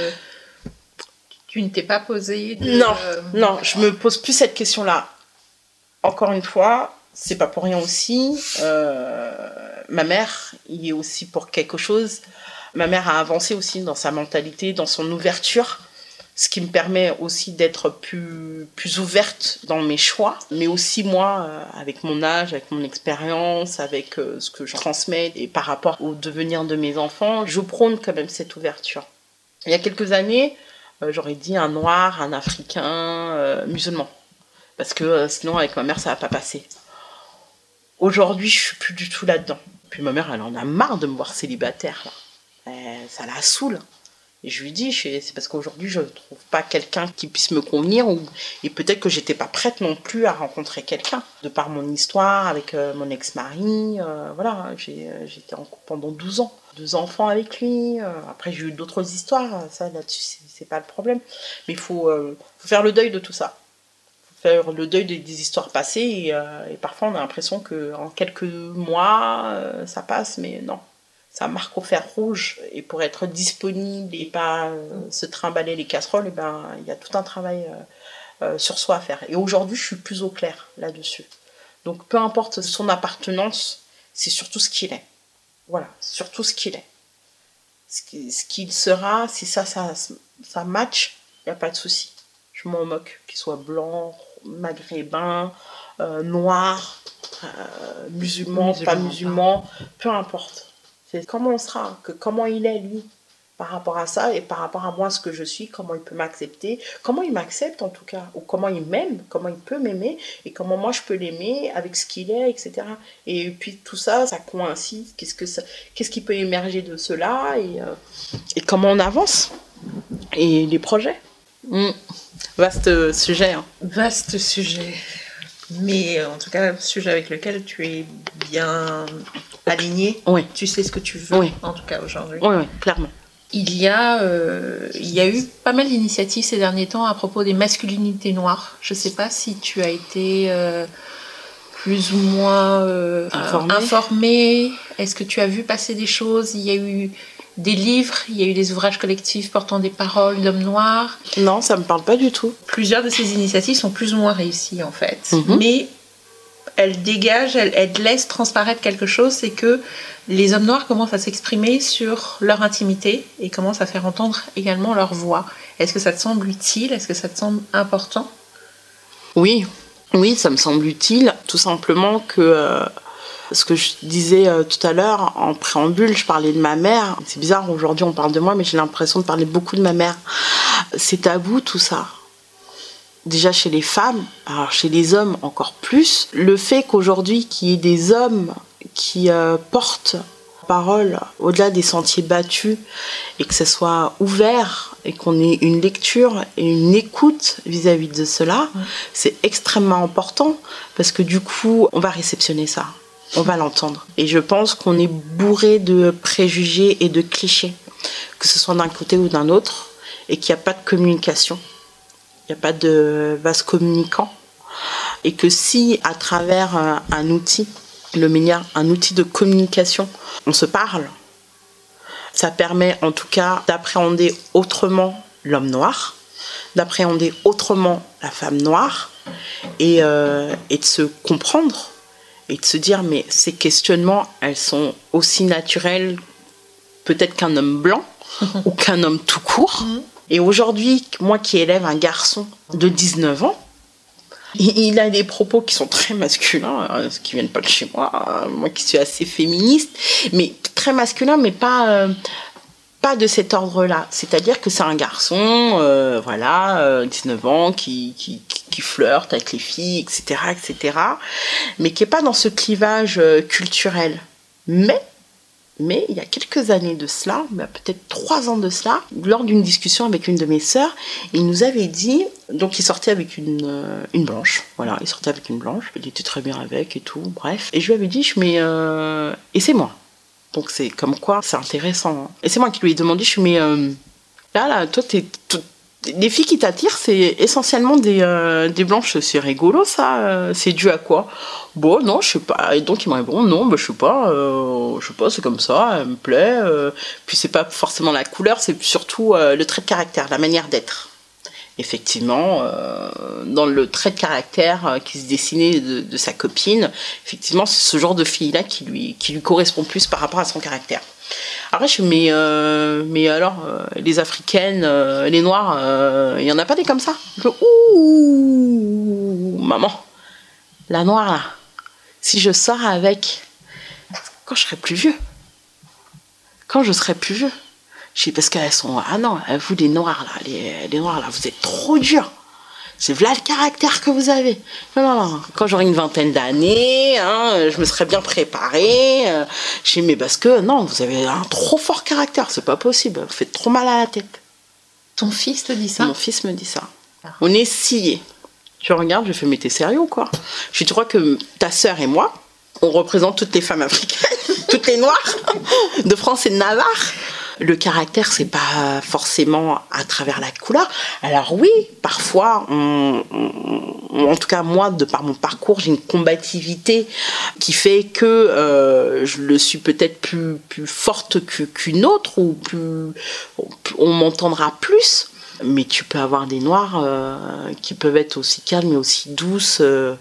ne t'es pas posé Non, je me pose plus cette question-là. Encore une fois, c'est pas pour rien aussi. Ma mère y est aussi pour quelque chose. Ma mère a avancé aussi dans sa mentalité, dans son ouverture, ce qui me permet aussi d'être plus ouverte dans mes choix, mais aussi moi, avec mon âge, avec mon expérience, avec ce que je transmets, et par rapport au devenir de mes enfants, je prône quand même cette ouverture. Il y a quelques années, j'aurais dit un noir, un africain, musulman, parce que sinon avec ma mère ça va pas passer. Aujourd'hui, je suis plus du tout là-dedans. Puis ma mère, elle en a marre de me voir célibataire, là. Ça la saoule. Et je lui dis, c'est parce qu'aujourd'hui, je ne trouve pas quelqu'un qui puisse me convenir, et peut-être que j'étais pas prête non plus à rencontrer quelqu'un. De par mon histoire avec mon ex-mari, voilà, j'étais en couple pendant 12 ans. 2 enfants avec lui, après j'ai eu d'autres histoires, ça là-dessus, c'est pas le problème. Mais il faut faire le deuil de tout ça. faire le deuil des histoires passées et parfois on a l'impression qu'en quelques mois ça passe, mais non, ça marque au fer rouge et pour être disponible et pas se trimballer les casseroles, il y a tout un travail sur soi à faire. Et aujourd'hui je suis plus au clair là-dessus. Donc peu importe son appartenance, c'est surtout ce qu'il est. Voilà, surtout ce qu'il est. Ce qu'il sera, si ça match, il n'y a pas de souci. Je m'en moque, qu'il soit blanc, maghrébin, noir, musulman, pas musulman, peu importe. C'est comment on sera, comment il est lui, par rapport à ça et par rapport à moi, ce que je suis, comment il peut m'accepter, comment il m'accepte en tout cas, ou comment il m'aime, comment il peut m'aimer et comment moi je peux l'aimer avec ce qu'il est, etc. Et puis tout ça, ça coïncide, qu'est-ce qui peut émerger de cela et comment on avance et les projets. Vaste sujet. Hein. Vaste sujet. Mais en tout cas, sujet avec lequel tu es bien aligné. Oui. Tu sais ce que tu veux, oui. En tout cas aujourd'hui. Oui, clairement. Il y a eu pas mal d'initiatives ces derniers temps à propos des masculinités noires. Je ne sais pas si tu as été plus ou moins informée. Est-ce que tu as vu passer des choses? Il y a eu des livres, il y a eu des ouvrages collectifs portant des paroles d'hommes noirs. Non, ça me parle pas du tout. Plusieurs de ces initiatives sont plus ou moins réussies en fait. Mais elles dégagent, elles laissent transparaître quelque chose, c'est que les hommes noirs commencent à s'exprimer sur leur intimité et commencent à faire entendre également leur voix. Est-ce que ça te semble utile? Est-ce que ça te semble important? Oui, ça me semble utile, tout simplement que... ce que je disais tout à l'heure, en préambule, je parlais de ma mère. C'est bizarre, aujourd'hui on parle de moi, mais j'ai l'impression de parler beaucoup de ma mère. C'est tabou tout ça. Déjà chez les femmes, alors chez les hommes encore plus. Le fait qu'aujourd'hui, qu'il y ait des hommes qui portent parole au-delà des sentiers battus et que ce soit ouvert et qu'on ait une lecture et une écoute vis-à-vis de cela, c'est extrêmement important parce que du coup, on va réceptionner ça. On va l'entendre. Et je pense qu'on est bourré de préjugés et de clichés, que ce soit d'un côté ou d'un autre, et qu'il n'y a pas de communication, il n'y a pas de vase communicant, et que si, à travers un outil, le média, un outil de communication, on se parle, ça permet en tout cas d'appréhender autrement l'homme noir, d'appréhender autrement la femme noire, et de se comprendre, et de se dire, mais ces questionnements, elles sont aussi naturels peut-être qu'un homme blanc ou qu'un homme tout court. Et aujourd'hui, moi qui élève un garçon de 19 ans, il a des propos qui sont très masculins, qui viennent pas de chez moi, moi qui suis assez féministe, mais très masculin, mais pas de cet ordre-là. C'est-à-dire que c'est un garçon, 19 ans, qui flirte avec les filles, etc., mais qui n'est pas dans ce clivage culturel. Mais il y a quelques années de cela, peut-être 3 ans de cela, lors d'une discussion avec une de mes sœurs, il nous avait dit, donc il sortait avec une blanche, voilà, il sortait avec une blanche, il était très bien avec et tout, bref. Et je lui avais dit, et c'est moi. Donc c'est comme quoi, c'est intéressant. Et c'est moi qui lui ai demandé, là, toi, les filles qui t'attirent, c'est essentiellement des blanches, c'est rigolo ça, c'est dû à quoi? Bon, non, je sais pas. Et donc il m'a répondu, non, je sais pas, c'est comme ça, elle me plaît. Puis c'est pas forcément la couleur, c'est surtout le trait de caractère, la manière d'être. Effectivement, dans le trait de caractère qui se dessinait de sa copine, effectivement, c'est ce genre de fille-là qui lui correspond plus par rapport à son caractère. Après, mais alors, les africaines, les noirs, il n'y en a pas des comme ça? Ouh, maman, la noire là, si je sors avec, quand je serai plus vieux, je dis parce qu'elles sont, ah non, vous les noirs là, les noirs là, vous êtes trop durs. C'est là le caractère que vous avez. Non. Quand j'aurai une vingtaine d'années, je me serais bien préparée. Je dis, mais parce que, non, vous avez un trop fort caractère, c'est pas possible. Vous faites trop mal à la tête. Ton fils te dit ça? Mon fils me dit ça. On est sciés. Tu regardes, je fais, mais t'es sérieux ou quoi? Je dis, tu crois que ta sœur et moi, on représente toutes les femmes africaines, toutes les noires de France et de Navarre? Le caractère, c'est pas forcément à travers la couleur. Alors oui, parfois, en tout cas moi, de par mon parcours, j'ai une combativité qui fait que je le suis peut-être plus forte qu'une autre, ou on m'entendra plus. Mais tu peux avoir des noirs qui peuvent être aussi calmes et aussi douces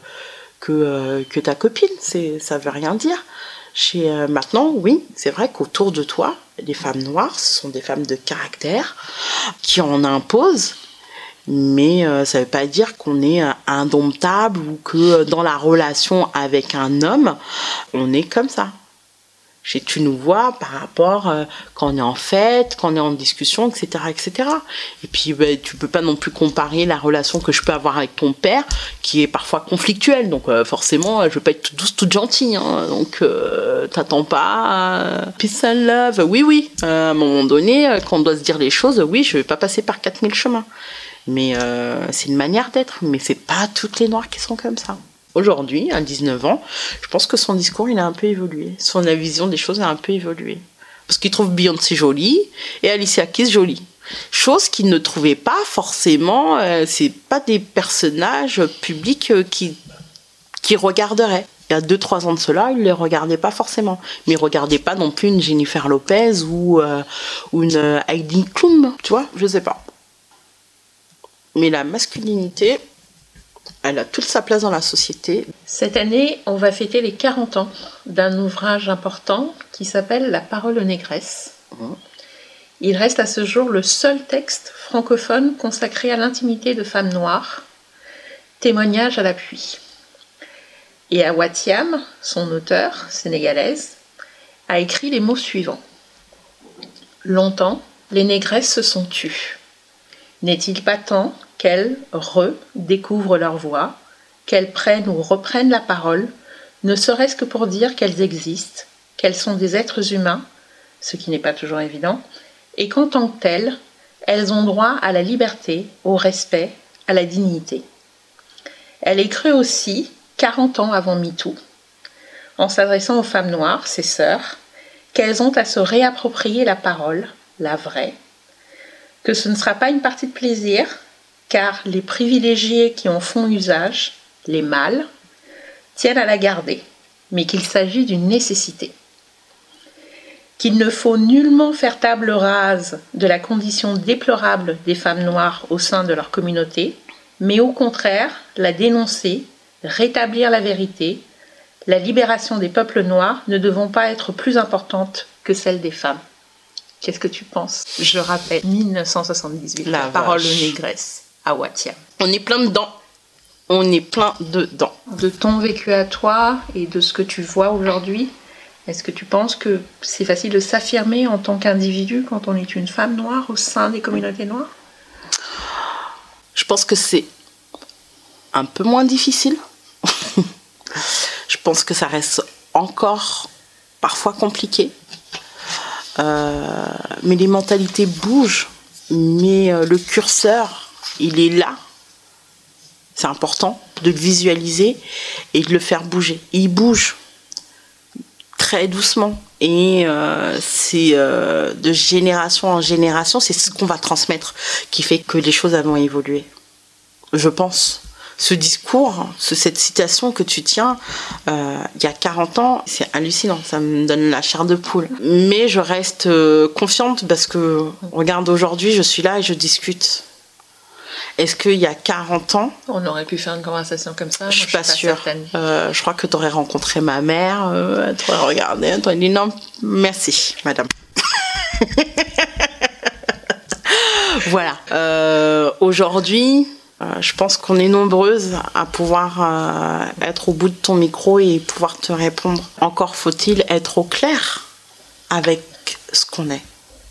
que ta copine. Ça veut rien dire. Maintenant, oui, c'est vrai qu'autour de toi, les femmes noires, ce sont des femmes de caractère qui en imposent, mais ça ne veut pas dire qu'on est indomptable ou que dans la relation avec un homme, on est comme ça. Tu nous vois par rapport quand on est en fête, quand on est en discussion, etc. etc. Et puis tu peux pas non plus comparer la relation que je peux avoir avec ton père, qui est parfois conflictuelle. Donc forcément, je veux pas être toute douce, toute gentille. Hein. Donc t'attends pas peace and love. Oui. À un moment donné, quand on doit se dire les choses, oui, je vais pas passer par 4000 chemins. Mais c'est une manière d'être. Mais c'est pas toutes les noirs qui sont comme ça. Aujourd'hui, à 19 ans, je pense que son discours, il a un peu évolué. Son vision des choses a un peu évolué. Parce qu'il trouve Beyoncé jolie et Alicia Keys jolie. Chose qu'il ne trouvait pas forcément, c'est pas des personnages publics qui regarderaient. Il y a 2-3 ans de cela, il ne les regardait pas forcément. Mais il ne regardait pas non plus une Jennifer Lopez ou une Heidi Klum, tu vois, je sais pas. Mais la masculinité, elle a toute sa place dans la société. Cette année, on va fêter les 40 ans d'un ouvrage important qui s'appelle La parole aux négresses. Il reste à ce jour le seul texte francophone consacré à l'intimité de femmes noires, témoignage à l'appui. Et Awa Thiam, son auteure sénégalaise, a écrit les mots suivants. Longtemps, les négresses se sont tues. N'est-il pas temps qu'elles redécouvrent leur voix, qu'elles prennent ou reprennent la parole, ne serait-ce que pour dire qu'elles existent, qu'elles sont des êtres humains, ce qui n'est pas toujours évident, et qu'en tant que telles, elles ont droit à la liberté, au respect, à la dignité. Elle écrit aussi, 40 ans avant MeToo, en s'adressant aux femmes noires, ses sœurs, qu'elles ont à se réapproprier la parole, la vraie, que ce ne sera pas une partie de plaisir, car les privilégiés qui en font usage, les mâles, tiennent à la garder, mais qu'il s'agit d'une nécessité. Qu'il ne faut nullement faire table rase de la condition déplorable des femmes noires au sein de leur communauté, mais au contraire la dénoncer, rétablir la vérité, la libération des peuples noirs ne devant pas être plus importante que celle des femmes. Qu'est-ce que tu penses ? Je rappelle, 1978, la parole aux négresses, Awa Thiam. On est plein dedans. De ton vécu à toi et de ce que tu vois aujourd'hui, est-ce que tu penses que c'est facile de s'affirmer en tant qu'individu quand on est une femme noire au sein des communautés noires ? Je pense que c'est un peu moins difficile. Je pense que ça reste encore parfois compliqué. Mais les mentalités bougent. Mais le curseur, il est là. C'est important de le visualiser et de le faire bouger. Il bouge très doucement. Et c'est de génération en génération, c'est ce qu'on va transmettre qui fait que les choses vont évoluer. Je pense. Ce discours, cette citation que tu tiens, il y a 40 ans, c'est hallucinant, ça me donne la chair de poule. Mais je reste confiante parce que, regarde, aujourd'hui, je suis là et je discute. Est-ce qu'il y a 40 ans... On aurait pu faire une conversation comme ça. Je suis pas sûre. Je crois que tu aurais rencontré ma mère, elle t'aurait regardé, elle t'aurait dit non, merci, madame. Voilà. Aujourd'hui... je pense qu'on est nombreuses à pouvoir être au bout de ton micro et pouvoir te répondre. Encore faut-il être au clair avec ce qu'on est.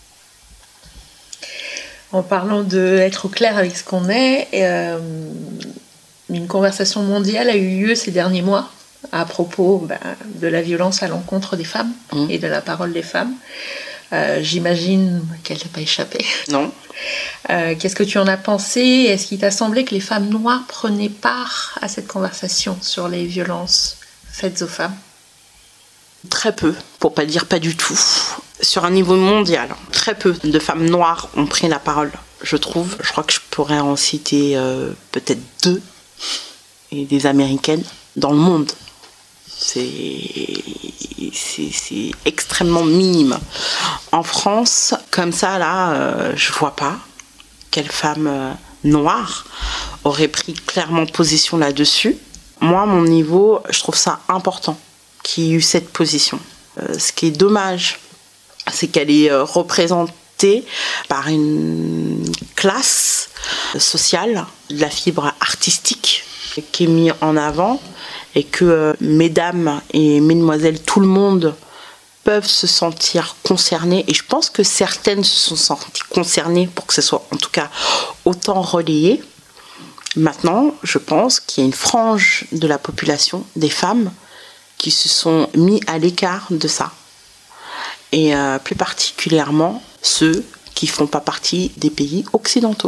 En parlant d'être au clair avec ce qu'on est, une conversation mondiale a eu lieu ces derniers mois à propos de la violence à l'encontre des femmes et de la parole des femmes. J'imagine qu'elle t'a pas échappé. Non. Qu'est-ce que tu en as pensé ? Est-ce qu'il t'a semblé que les femmes noires prenaient part à cette conversation sur les violences faites aux femmes ? Très peu, pour pas dire pas du tout. sur un niveau mondial, très peu de femmes noires ont pris la parole, je trouve. Je crois que je pourrais en citer peut-être 2, et des américaines dans le monde. C'est extrêmement minime. En France, comme ça, là, je vois pas quelle femme noire aurait pris clairement position là-dessus. Moi, à mon niveau, je trouve ça important qu'il y ait eu cette position. Ce qui est dommage, c'est qu'elle est représentée par une classe sociale, de la fibre artistique qui est mise en avant, et que mesdames et mesdemoiselles, tout le monde peuvent se sentir concernées, et je pense que certaines se sont senties concernées pour que ce soit en tout cas autant relayé. Maintenant, je pense qu'il y a une frange de la population, des femmes, qui se sont mis à l'écart de ça. Et plus particulièrement ceux qui ne font pas partie des pays occidentaux.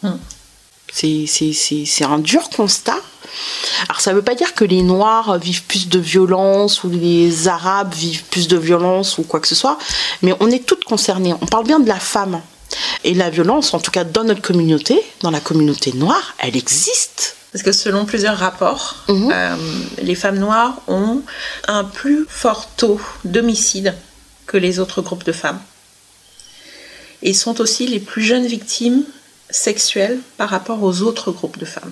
C'est un dur constat. Alors ça ne veut pas dire que les Noirs vivent plus de violence ou les Arabes vivent plus de violence ou quoi que ce soit, mais on est toutes concernées. On parle bien de la femme. Et la violence, en tout cas dans notre communauté, dans la communauté noire, elle existe. Parce que selon plusieurs rapports, les femmes noires ont un plus fort taux d'homicide que les autres groupes de femmes. Et sont aussi les plus jeunes victimes sexuelles par rapport aux autres groupes de femmes.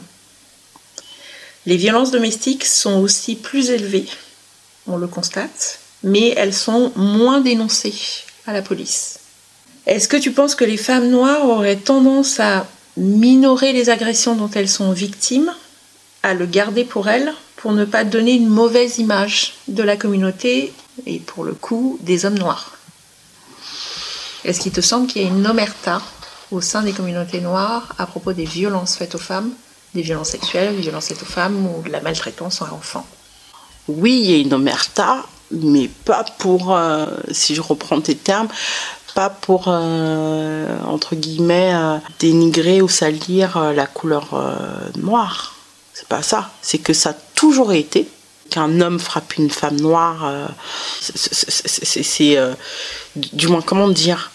Les violences domestiques sont aussi plus élevées, on le constate, mais elles sont moins dénoncées à la police. Est-ce que tu penses que les femmes noires auraient tendance à minorer les agressions dont elles sont victimes, à le garder pour elles, pour ne pas donner une mauvaise image de la communauté et pour le coup des hommes noirs? Est-ce qu'il te semble qu'il y a une omerta au sein des communautés noires à propos des violences faites aux femmes, des violences sexuelles, des violences faites aux femmes ou de la maltraitance à enfants? Oui, il y a une omerta, mais pas pour, si je reprends tes termes, pas pour, entre guillemets, dénigrer ou salir la couleur noire. C'est pas ça. C'est que ça a toujours été. Qu'un homme frappe une femme noire, c'est du moins, comment dire,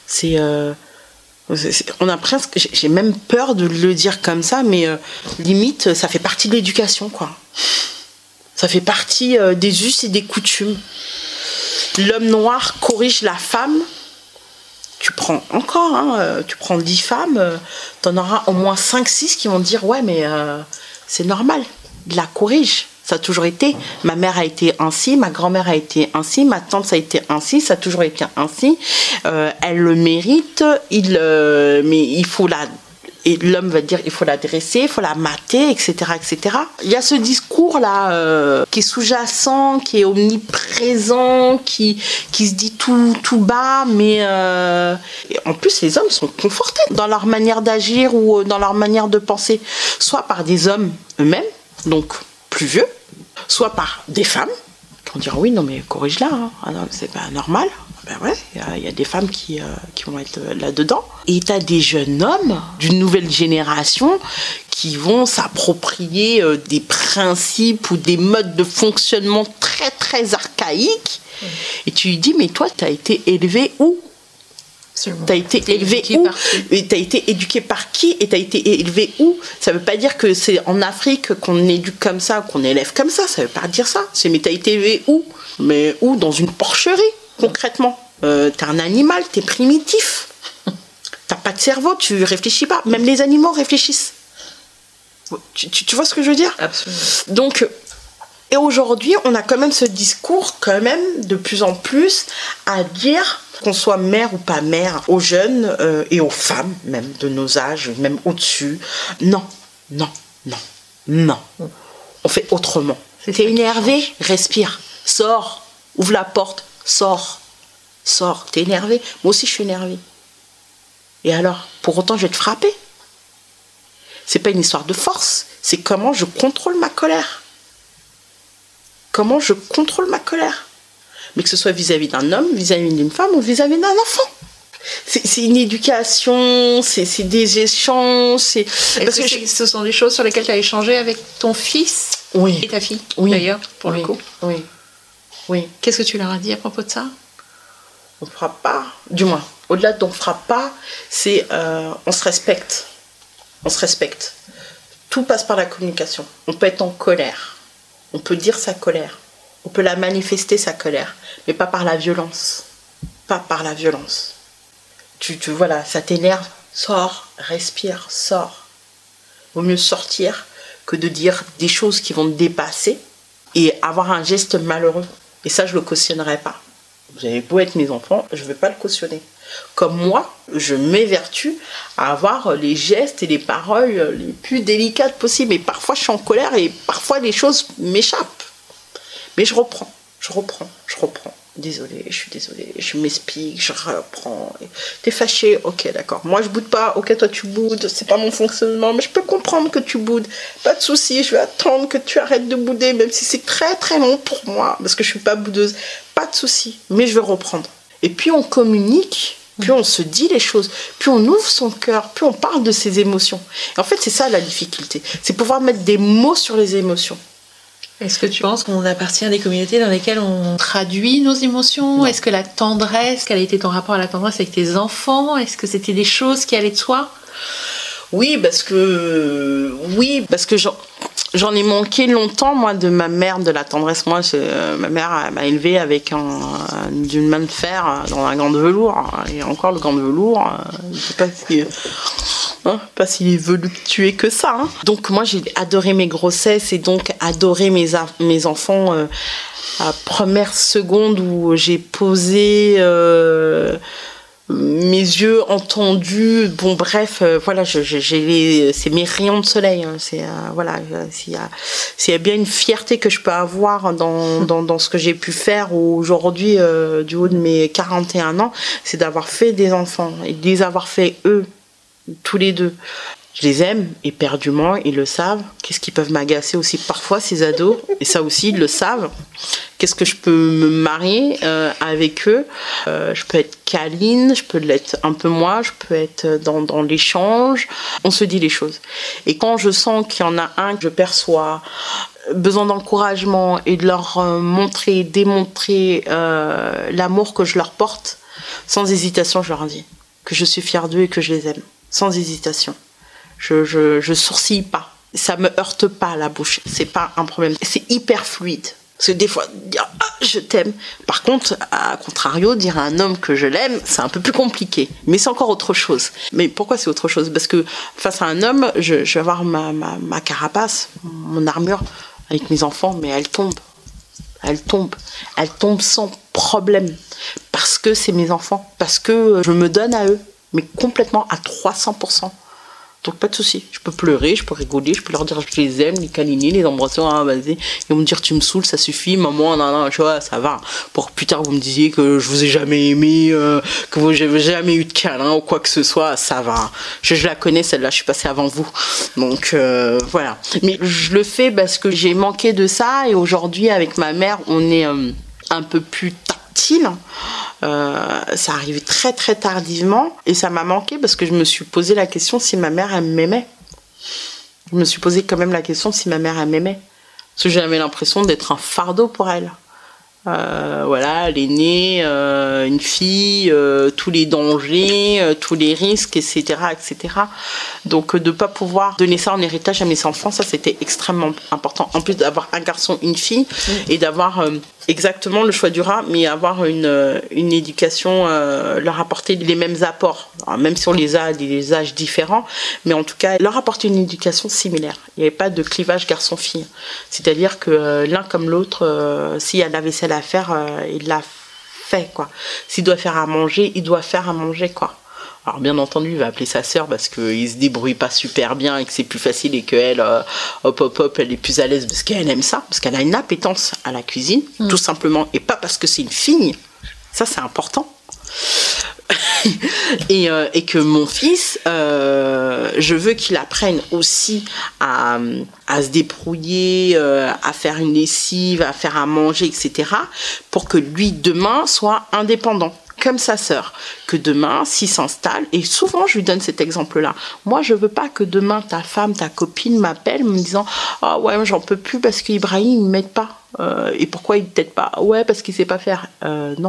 on a presque, j'ai même peur de le dire comme ça, mais limite, ça fait partie de l'éducation, quoi. Ça fait partie des us et des coutumes. L'homme noir corrige la femme. Tu prends encore, tu prends 10 femmes, t'en auras au moins 5-6 qui vont dire ouais, mais c'est normal, il la corrige. Ça a toujours été, ma mère a été ainsi, ma grand-mère a été ainsi, ma tante ça a été ainsi, ça a toujours été ainsi. Elle le mérite, mais il faut la... Et l'homme va dire il faut la dresser, il faut la mater, etc., etc. Il y a ce discours-là qui est sous-jacent, qui est omniprésent, qui se dit tout bas, mais en plus les hommes sont confortés dans leur manière d'agir ou dans leur manière de penser, soit par des hommes eux-mêmes, donc plus vieux, soit par des femmes qui vont dire oui, non mais corrige-la, hein. Ah non, c'est pas normal. Ben ouais, il y a des femmes qui vont être là-dedans. Et tu as des jeunes hommes d'une nouvelle génération qui vont s'approprier des principes ou des modes de fonctionnement très très archaïques. Et tu lui dis, mais toi, tu as été élevé où ? Tu as été élevé où ? Et tu as été éduqué par qui ? Et tu as été élevé où ? Ça ne veut pas dire que c'est en Afrique qu'on éduque comme ça, qu'on élève comme ça. Ça ne veut pas dire ça. C'est mais tu as été élevé où ? Mais où ? Dans une porcherie. Concrètement, t'es un animal, t'es primitif. T'as pas de cerveau, tu réfléchis pas. Même les animaux réfléchissent. Tu vois ce que je veux dire ? Absolument. Donc, et aujourd'hui, on a quand même ce discours, quand même, de plus en plus, à dire qu'on soit mère ou pas mère, aux jeunes et aux femmes, même de nos âges, même au-dessus. Non. On fait autrement. T'es énervé, respire. Sors, ouvre la porte. Sors, t'es énervé. Moi aussi je suis énervée. Et alors, pour autant je vais te frapper. C'est pas une histoire de force, c'est comment je contrôle ma colère. Mais que ce soit vis-à-vis d'un homme, vis-à-vis d'une femme ou vis-à-vis d'un enfant. C'est une éducation, c'est des échanges. Ce sont des choses sur lesquelles tu as échangé avec ton fils et ta fille, d'ailleurs, pour le coup. Oui. Qu'est-ce que tu leur as dit à propos de ça ? On frappe pas, du moins, au-delà d'on frappe pas, c'est on se respecte. On se respecte. Tout passe par la communication. On peut être en colère. On peut dire sa colère. On peut la manifester, sa colère. Mais pas par la violence. Pas par la violence. Voilà, ça t'énerve. Sors, respire, sors. Vaut mieux sortir que de dire des choses qui vont te dépasser et avoir un geste malheureux. Et ça, je le cautionnerai pas. Vous avez beau être mes enfants, je ne vais pas le cautionner. Comme moi, je m'évertue à avoir les gestes et les paroles les plus délicates possibles. Et parfois, je suis en colère et parfois, les choses m'échappent. Mais je reprends. Désolée, je suis désolée. Je m'explique, je reprends. T'es fâché? Ok, d'accord. Moi, je boude pas. Ok, toi, tu boudes. C'est pas mon fonctionnement, mais je peux comprendre que tu boudes. Pas de souci, je vais attendre que tu arrêtes de bouder, même si c'est très, très long pour moi, parce que je suis pas boudeuse. Pas de souci, mais je vais reprendre. Et puis, on communique. Puis on se dit les choses, puis on ouvre son cœur, puis on parle de ses émotions. Et en fait, c'est ça la difficulté. C'est pouvoir mettre des mots sur les émotions. Est-ce que tu penses qu'on appartient à des communautés dans lesquelles on traduit nos émotions? Non. Est-ce que la tendresse, quel a été ton rapport à la tendresse avec tes enfants? Est-ce que c'était des choses qui allaient de soi? Oui, parce que j'en ai manqué longtemps, moi, de ma mère, de la tendresse. Moi, ma mère m'a élevée avec d'une main de fer dans un gant de velours. Et encore, le gant de velours, je ne sais pas s'il est voluptueux que ça. Hein. Donc, moi, j'ai adoré mes grossesses et donc adoré mes enfants à première seconde où j'ai posé... mes yeux entendus, bon bref, voilà, c'est mes rayons de soleil. Hein, voilà, s'il y a bien une fierté que je peux avoir dans ce que j'ai pu faire aujourd'hui, du haut de mes 41 ans, c'est d'avoir fait des enfants et de les avoir fait eux, tous les deux. Je les aime éperdument, ils le savent. Qu'est-ce qu'ils peuvent m'agacer aussi parfois, ces ados? Et ça aussi, ils le savent. Qu'est-ce que je peux me marier avec eux? Je peux être câline, je peux l'être un peu moi, je peux être dans l'échange. On se dit les choses. Et quand je sens qu'il y en a un que je perçois besoin d'encouragement et de leur démontrer l'amour que je leur porte, sans hésitation, je leur dis que je suis fière d'eux et que je les aime. Sans hésitation. Je sourcille pas. Ça me heurte pas la bouche. C'est pas un problème. C'est hyper fluide. Parce que des fois, dire je t'aime. Par contre, à contrario, dire à un homme que je l'aime, c'est un peu plus compliqué. Mais c'est encore autre chose. Mais pourquoi c'est autre chose? Parce que face à un homme, je vais avoir ma carapace, mon armure avec mes enfants, mais elle tombe. Elle tombe sans problème. Parce que c'est mes enfants. Parce que je me donne à eux. Mais complètement à 300%. Donc pas de souci. Je peux pleurer, je peux rigoler, je peux leur dire je les aime, les câliner, les embrasser, vas-y. Ils vont me dire tu me saoules, ça suffit, maman, non, tu vois, ça va. Pour plus tard vous me disiez que je vous ai jamais aimé, que vous n'avez jamais eu de câlin ou quoi que ce soit, ça va. Je la connais celle-là, je suis passée avant vous. Donc voilà. Mais je le fais parce que j'ai manqué de ça et aujourd'hui avec ma mère on est un peu plus tactile. Ça arrive très très tardivement et ça m'a manqué parce que je me suis posé la question si ma mère elle m'aimait. Je me suis posé quand même la question si ma mère elle m'aimait parce que j'avais l'impression d'être un fardeau pour elle. Voilà, l'aînée, une fille, tous les dangers, tous les risques, etc., etc. Donc de pas pouvoir donner ça en héritage à mes enfants, ça c'était extrêmement important. En plus d'avoir un garçon, une fille, et d'avoir exactement le choix du rat, mais avoir une éducation, leur apporter les mêmes apports, alors, même si on les a à des âges différents, mais en tout cas leur apporter une éducation similaire. Il n'y avait pas de clivage garçon-fille. C'est-à-dire que l'un comme l'autre, s'il y a la vaisselle à faire, il l'a fait, quoi. S'il doit faire à manger, il doit faire à manger, quoi. Alors bien entendu, il va appeler sa sœur parce qu'il se débrouille pas super bien et que c'est plus facile et qu'elle, elle est plus à l'aise parce qu'elle aime ça, parce qu'elle a une appétence à la cuisine, tout simplement, et pas parce que c'est une fille. Ça, c'est important. et que mon fils, je veux qu'il apprenne aussi à se débrouiller, à faire une lessive, à faire à manger, etc. pour que lui, demain, soit indépendant. Comme sa sœur, que demain, s'il s'installe, et souvent je lui donne cet exemple-là, moi je veux pas que demain ta femme, ta copine m'appelle me disant « Ah ouais, j'en peux plus parce qu'Ibrahim il m'aide pas. Et pourquoi il t'aide pas? Ouais, parce qu'il sait pas faire. » Non.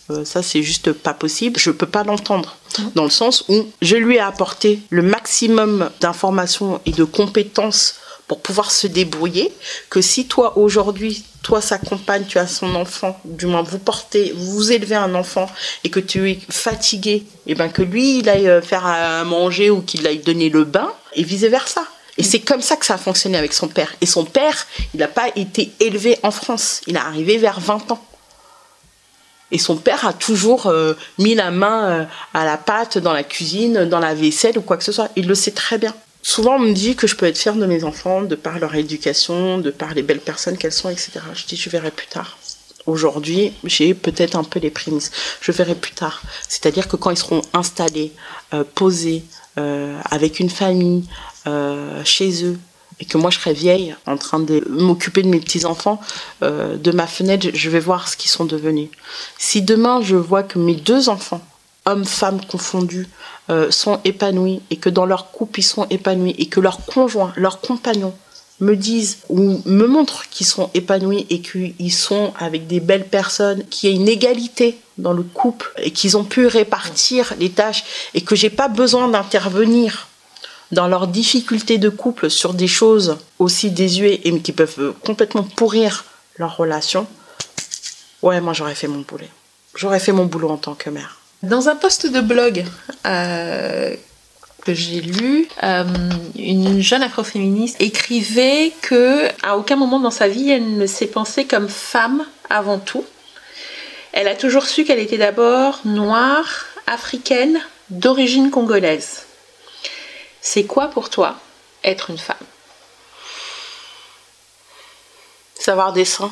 Ça, c'est juste pas possible. Je peux pas l'entendre. Dans le sens où je lui ai apporté le maximum d'informations et de compétences pour pouvoir se débrouiller, que si toi, aujourd'hui, toi, sa compagne, tu as son enfant, du moins vous élevez un enfant et que tu es fatigué, et ben que lui, il aille faire à manger ou qu'il aille donner le bain, et vice-versa. Et c'est comme ça que ça a fonctionné avec son père. Et son père, il n'a pas été élevé en France. Il est arrivé vers 20 ans. Et son père a toujours mis la main à la pâte dans la cuisine, dans la vaisselle ou quoi que ce soit. Il le sait très bien. Souvent, on me dit que je peux être fière de mes enfants, de par leur éducation, de par les belles personnes qu'elles sont, etc. Je dis, je verrai plus tard. Aujourd'hui, j'ai peut-être un peu les prémices. Je verrai plus tard. C'est-à-dire que quand ils seront installés, posés, avec une famille, chez eux, et que moi je serai vieille en train de m'occuper de mes petits-enfants, de ma fenêtre, je vais voir ce qu'ils sont devenus. Si demain je vois que mes 2 enfants, hommes, femmes confondus, sont épanouis et que dans leur couple ils sont épanouis et que leurs conjoints, leurs compagnons me disent ou me montrent qu'ils sont épanouis et qu'ils sont avec des belles personnes, qu'il y a une égalité dans le couple et qu'ils ont pu répartir les tâches et que j'ai pas besoin d'intervenir dans leurs difficultés de couple sur des choses aussi désuètes et qui peuvent complètement pourrir leur relation, ouais, moi j'aurais fait mon boulot. J'aurais fait mon boulot en tant que mère. Dans un post de blog que j'ai lu, une jeune afroféministe écrivait que à aucun moment dans sa vie elle ne s'est pensée comme femme avant tout. Elle a toujours su qu'elle était d'abord noire, africaine, d'origine congolaise. C'est quoi pour toi être une femme? Savoir des seins.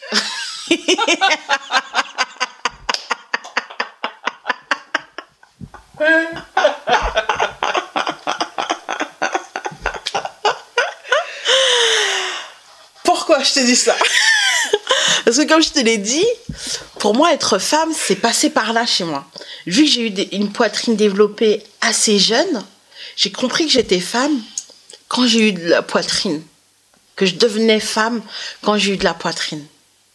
Pourquoi je te dis ça? Parce que comme je te l'ai dit, pour moi être femme, c'est passé par là chez moi. Vu que j'ai eu une poitrine développée assez jeune, j'ai compris que j'étais femme quand j'ai eu de la poitrine. Que je devenais femme quand j'ai eu de la poitrine.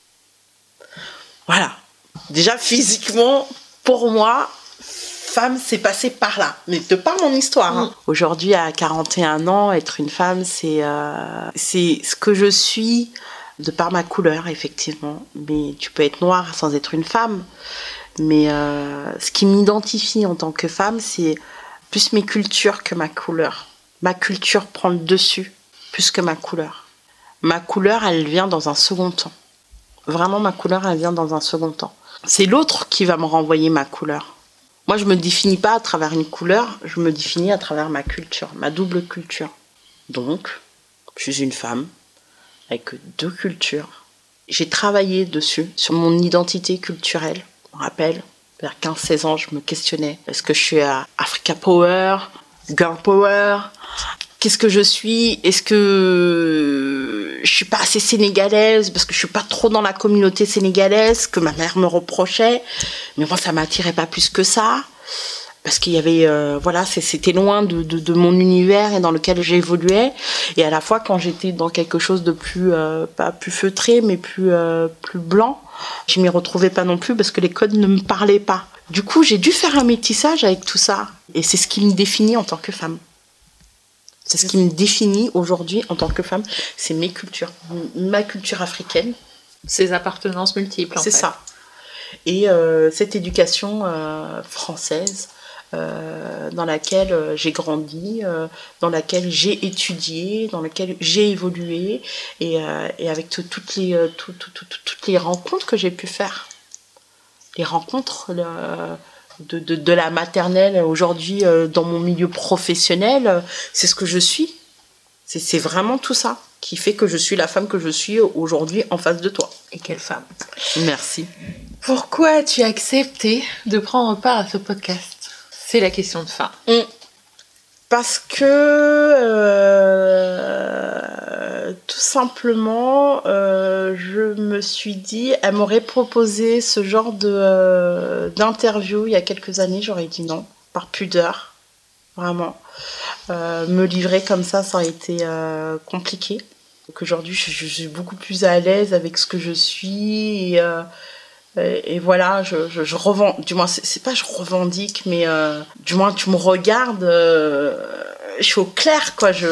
Voilà. Déjà physiquement, pour moi, femme, c'est passé par là. Mais de par mon histoire. Hein. Aujourd'hui, à 41 ans, être une femme, c'est ce que je suis de par ma couleur, effectivement. Mais tu peux être noire sans être une femme. Mais ce qui m'identifie en tant que femme, c'est plus mes cultures que ma couleur. Ma culture prend le dessus plus que ma couleur. Ma couleur, elle vient dans un second temps. Vraiment, ma couleur, elle vient dans un second temps. C'est l'autre qui va me renvoyer ma couleur. Moi, je me définis pas à travers une couleur, je me définis à travers ma culture, ma double culture. Donc, je suis une femme avec 2 cultures. J'ai travaillé dessus, sur mon identité culturelle. Je me rappelle, vers 15-16 ans, je me questionnais. Est-ce que je suis à Africa Power, Girl Power? Qu'est-ce que je suis? Est-ce que je suis pas assez sénégalaise parce que je suis pas trop dans la communauté sénégalaise, que ma mère me reprochait? Mais moi, ça m'attirait pas plus que ça. Parce qu'il y avait, c'était loin de mon univers et dans lequel j'évoluais. Et à la fois, quand j'étais dans quelque chose de plus, pas plus feutré, mais plus blanc, je m'y retrouvais pas non plus parce que les codes ne me parlaient pas. Du coup, j'ai dû faire un métissage avec tout ça. Et c'est ce qui me définit en tant que femme. C'est ce qui me définit aujourd'hui en tant que femme. C'est mes cultures. Ma culture africaine. Ces appartenances multiples, en fait. C'est ça. Et cette éducation française dans laquelle j'ai grandi, dans laquelle j'ai étudié, dans laquelle j'ai évolué, et avec toutes les rencontres que j'ai pu faire. Les rencontres de la maternelle aujourd'hui dans mon milieu professionnel, c'est ce que je suis. C'est vraiment tout ça qui fait que je suis la femme que je suis aujourd'hui en face de toi. Et quelle femme. Merci. Pourquoi as-tu accepté de prendre part à ce podcast? C'est la question de fin. Parce que tout simplement, je me suis dit, elle m'aurait proposé ce genre d'interview il y a quelques années, j'aurais dit non, par pudeur, vraiment. Me livrer comme ça aurait été compliqué. Donc aujourd'hui, je suis beaucoup plus à l'aise avec ce que je suis Et voilà, je revendique, du moins, c'est pas je revendique, mais du moins, tu me regardes, je suis au clair, quoi. J'ai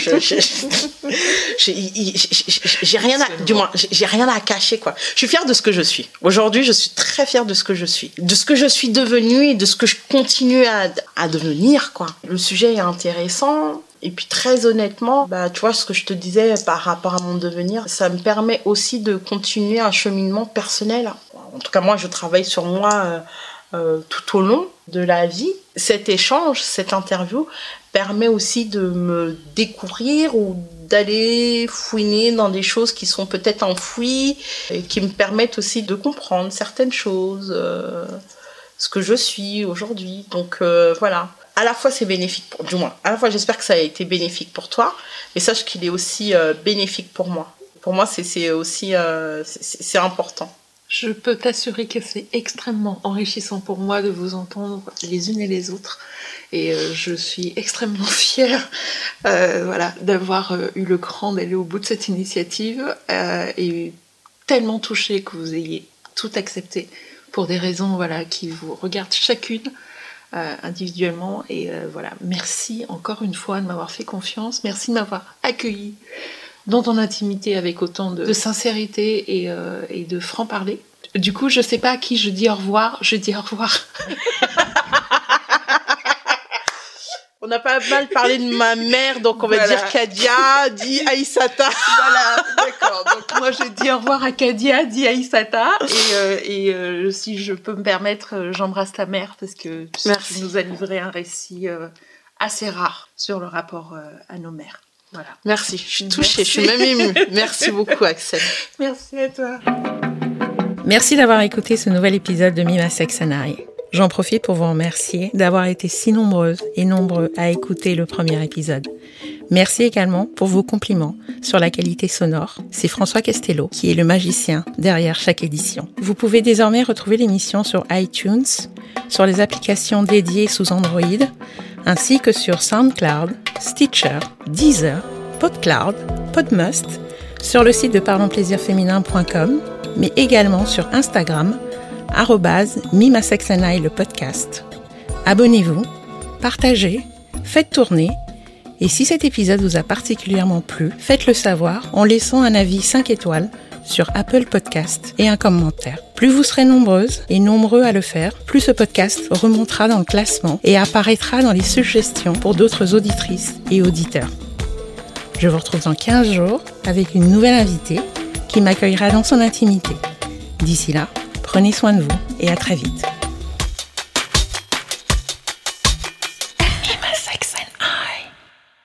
rien à cacher, quoi. Je suis fière de ce que je suis. Aujourd'hui, je suis très fière de ce que je suis devenue et de ce que je continue à devenir, quoi. Le sujet est intéressant. Et puis très honnêtement, tu vois, ce que je te disais par rapport à mon devenir, ça me permet aussi de continuer un cheminement personnel. En tout cas, moi, je travaille sur moi tout au long de la vie. Cet échange, cette interview permet aussi de me découvrir ou d'aller fouiner dans des choses qui sont peut-être enfouies et qui me permettent aussi de comprendre certaines choses, ce que je suis aujourd'hui. Donc voilà. À la fois c'est bénéfique, du moins, à la fois j'espère que ça a été bénéfique pour toi, mais sache qu'il est aussi bénéfique pour moi. Pour moi, c'est aussi c'est important. Je peux t'assurer que c'est extrêmement enrichissant pour moi de vous entendre les unes et les autres. Et je suis extrêmement fière d'avoir eu le cran d'aller au bout de cette initiative et tellement touchée que vous ayez tout accepté pour des raisons qui vous regardent chacune individuellement. Et merci encore une fois de m'avoir fait confiance. Merci de m'avoir accueillie dans ton intimité avec autant de sincérité et de franc-parler. Du coup, je sais pas à qui je dis au revoir. Je dis au revoir. On a pas mal parlé de ma mère, donc on va dire Kadia, dit Aïssata. Voilà, d'accord. Donc moi, je dis au revoir à Kadia, dit Aïssata. Et si je peux me permettre, j'embrasse ta mère parce que tu nous as livré un récit assez rare sur le rapport à nos mères. Voilà. Merci, je suis touchée, je suis même émue. Merci beaucoup, Axel. Merci à toi. Merci d'avoir écouté ce nouvel épisode de Mima Sex and I. J'en profite pour vous remercier d'avoir été si nombreuses et nombreux à écouter le premier épisode. Merci également pour vos compliments sur la qualité sonore. C'est François Castello qui est le magicien derrière chaque édition. Vous pouvez désormais retrouver l'émission sur iTunes, sur les applications dédiées sous Android, ainsi que sur SoundCloud, Stitcher, Deezer, PodCloud, Podmust, sur le site de parlonsplaisirféminin.com, mais également sur Instagram, @MimaSexandI le podcast. Abonnez-vous, partagez, faites tourner, et si cet épisode vous a particulièrement plu, faites-le savoir en laissant un avis 5 étoiles sur Apple Podcast et un commentaire. Plus vous serez nombreuses et nombreux à le faire, plus ce podcast remontera dans le classement et apparaîtra dans les suggestions pour d'autres auditrices et auditeurs. Je vous retrouve dans 15 jours avec une nouvelle invitée qui m'accueillera dans son intimité. D'ici là, prenez soin de vous et à très vite.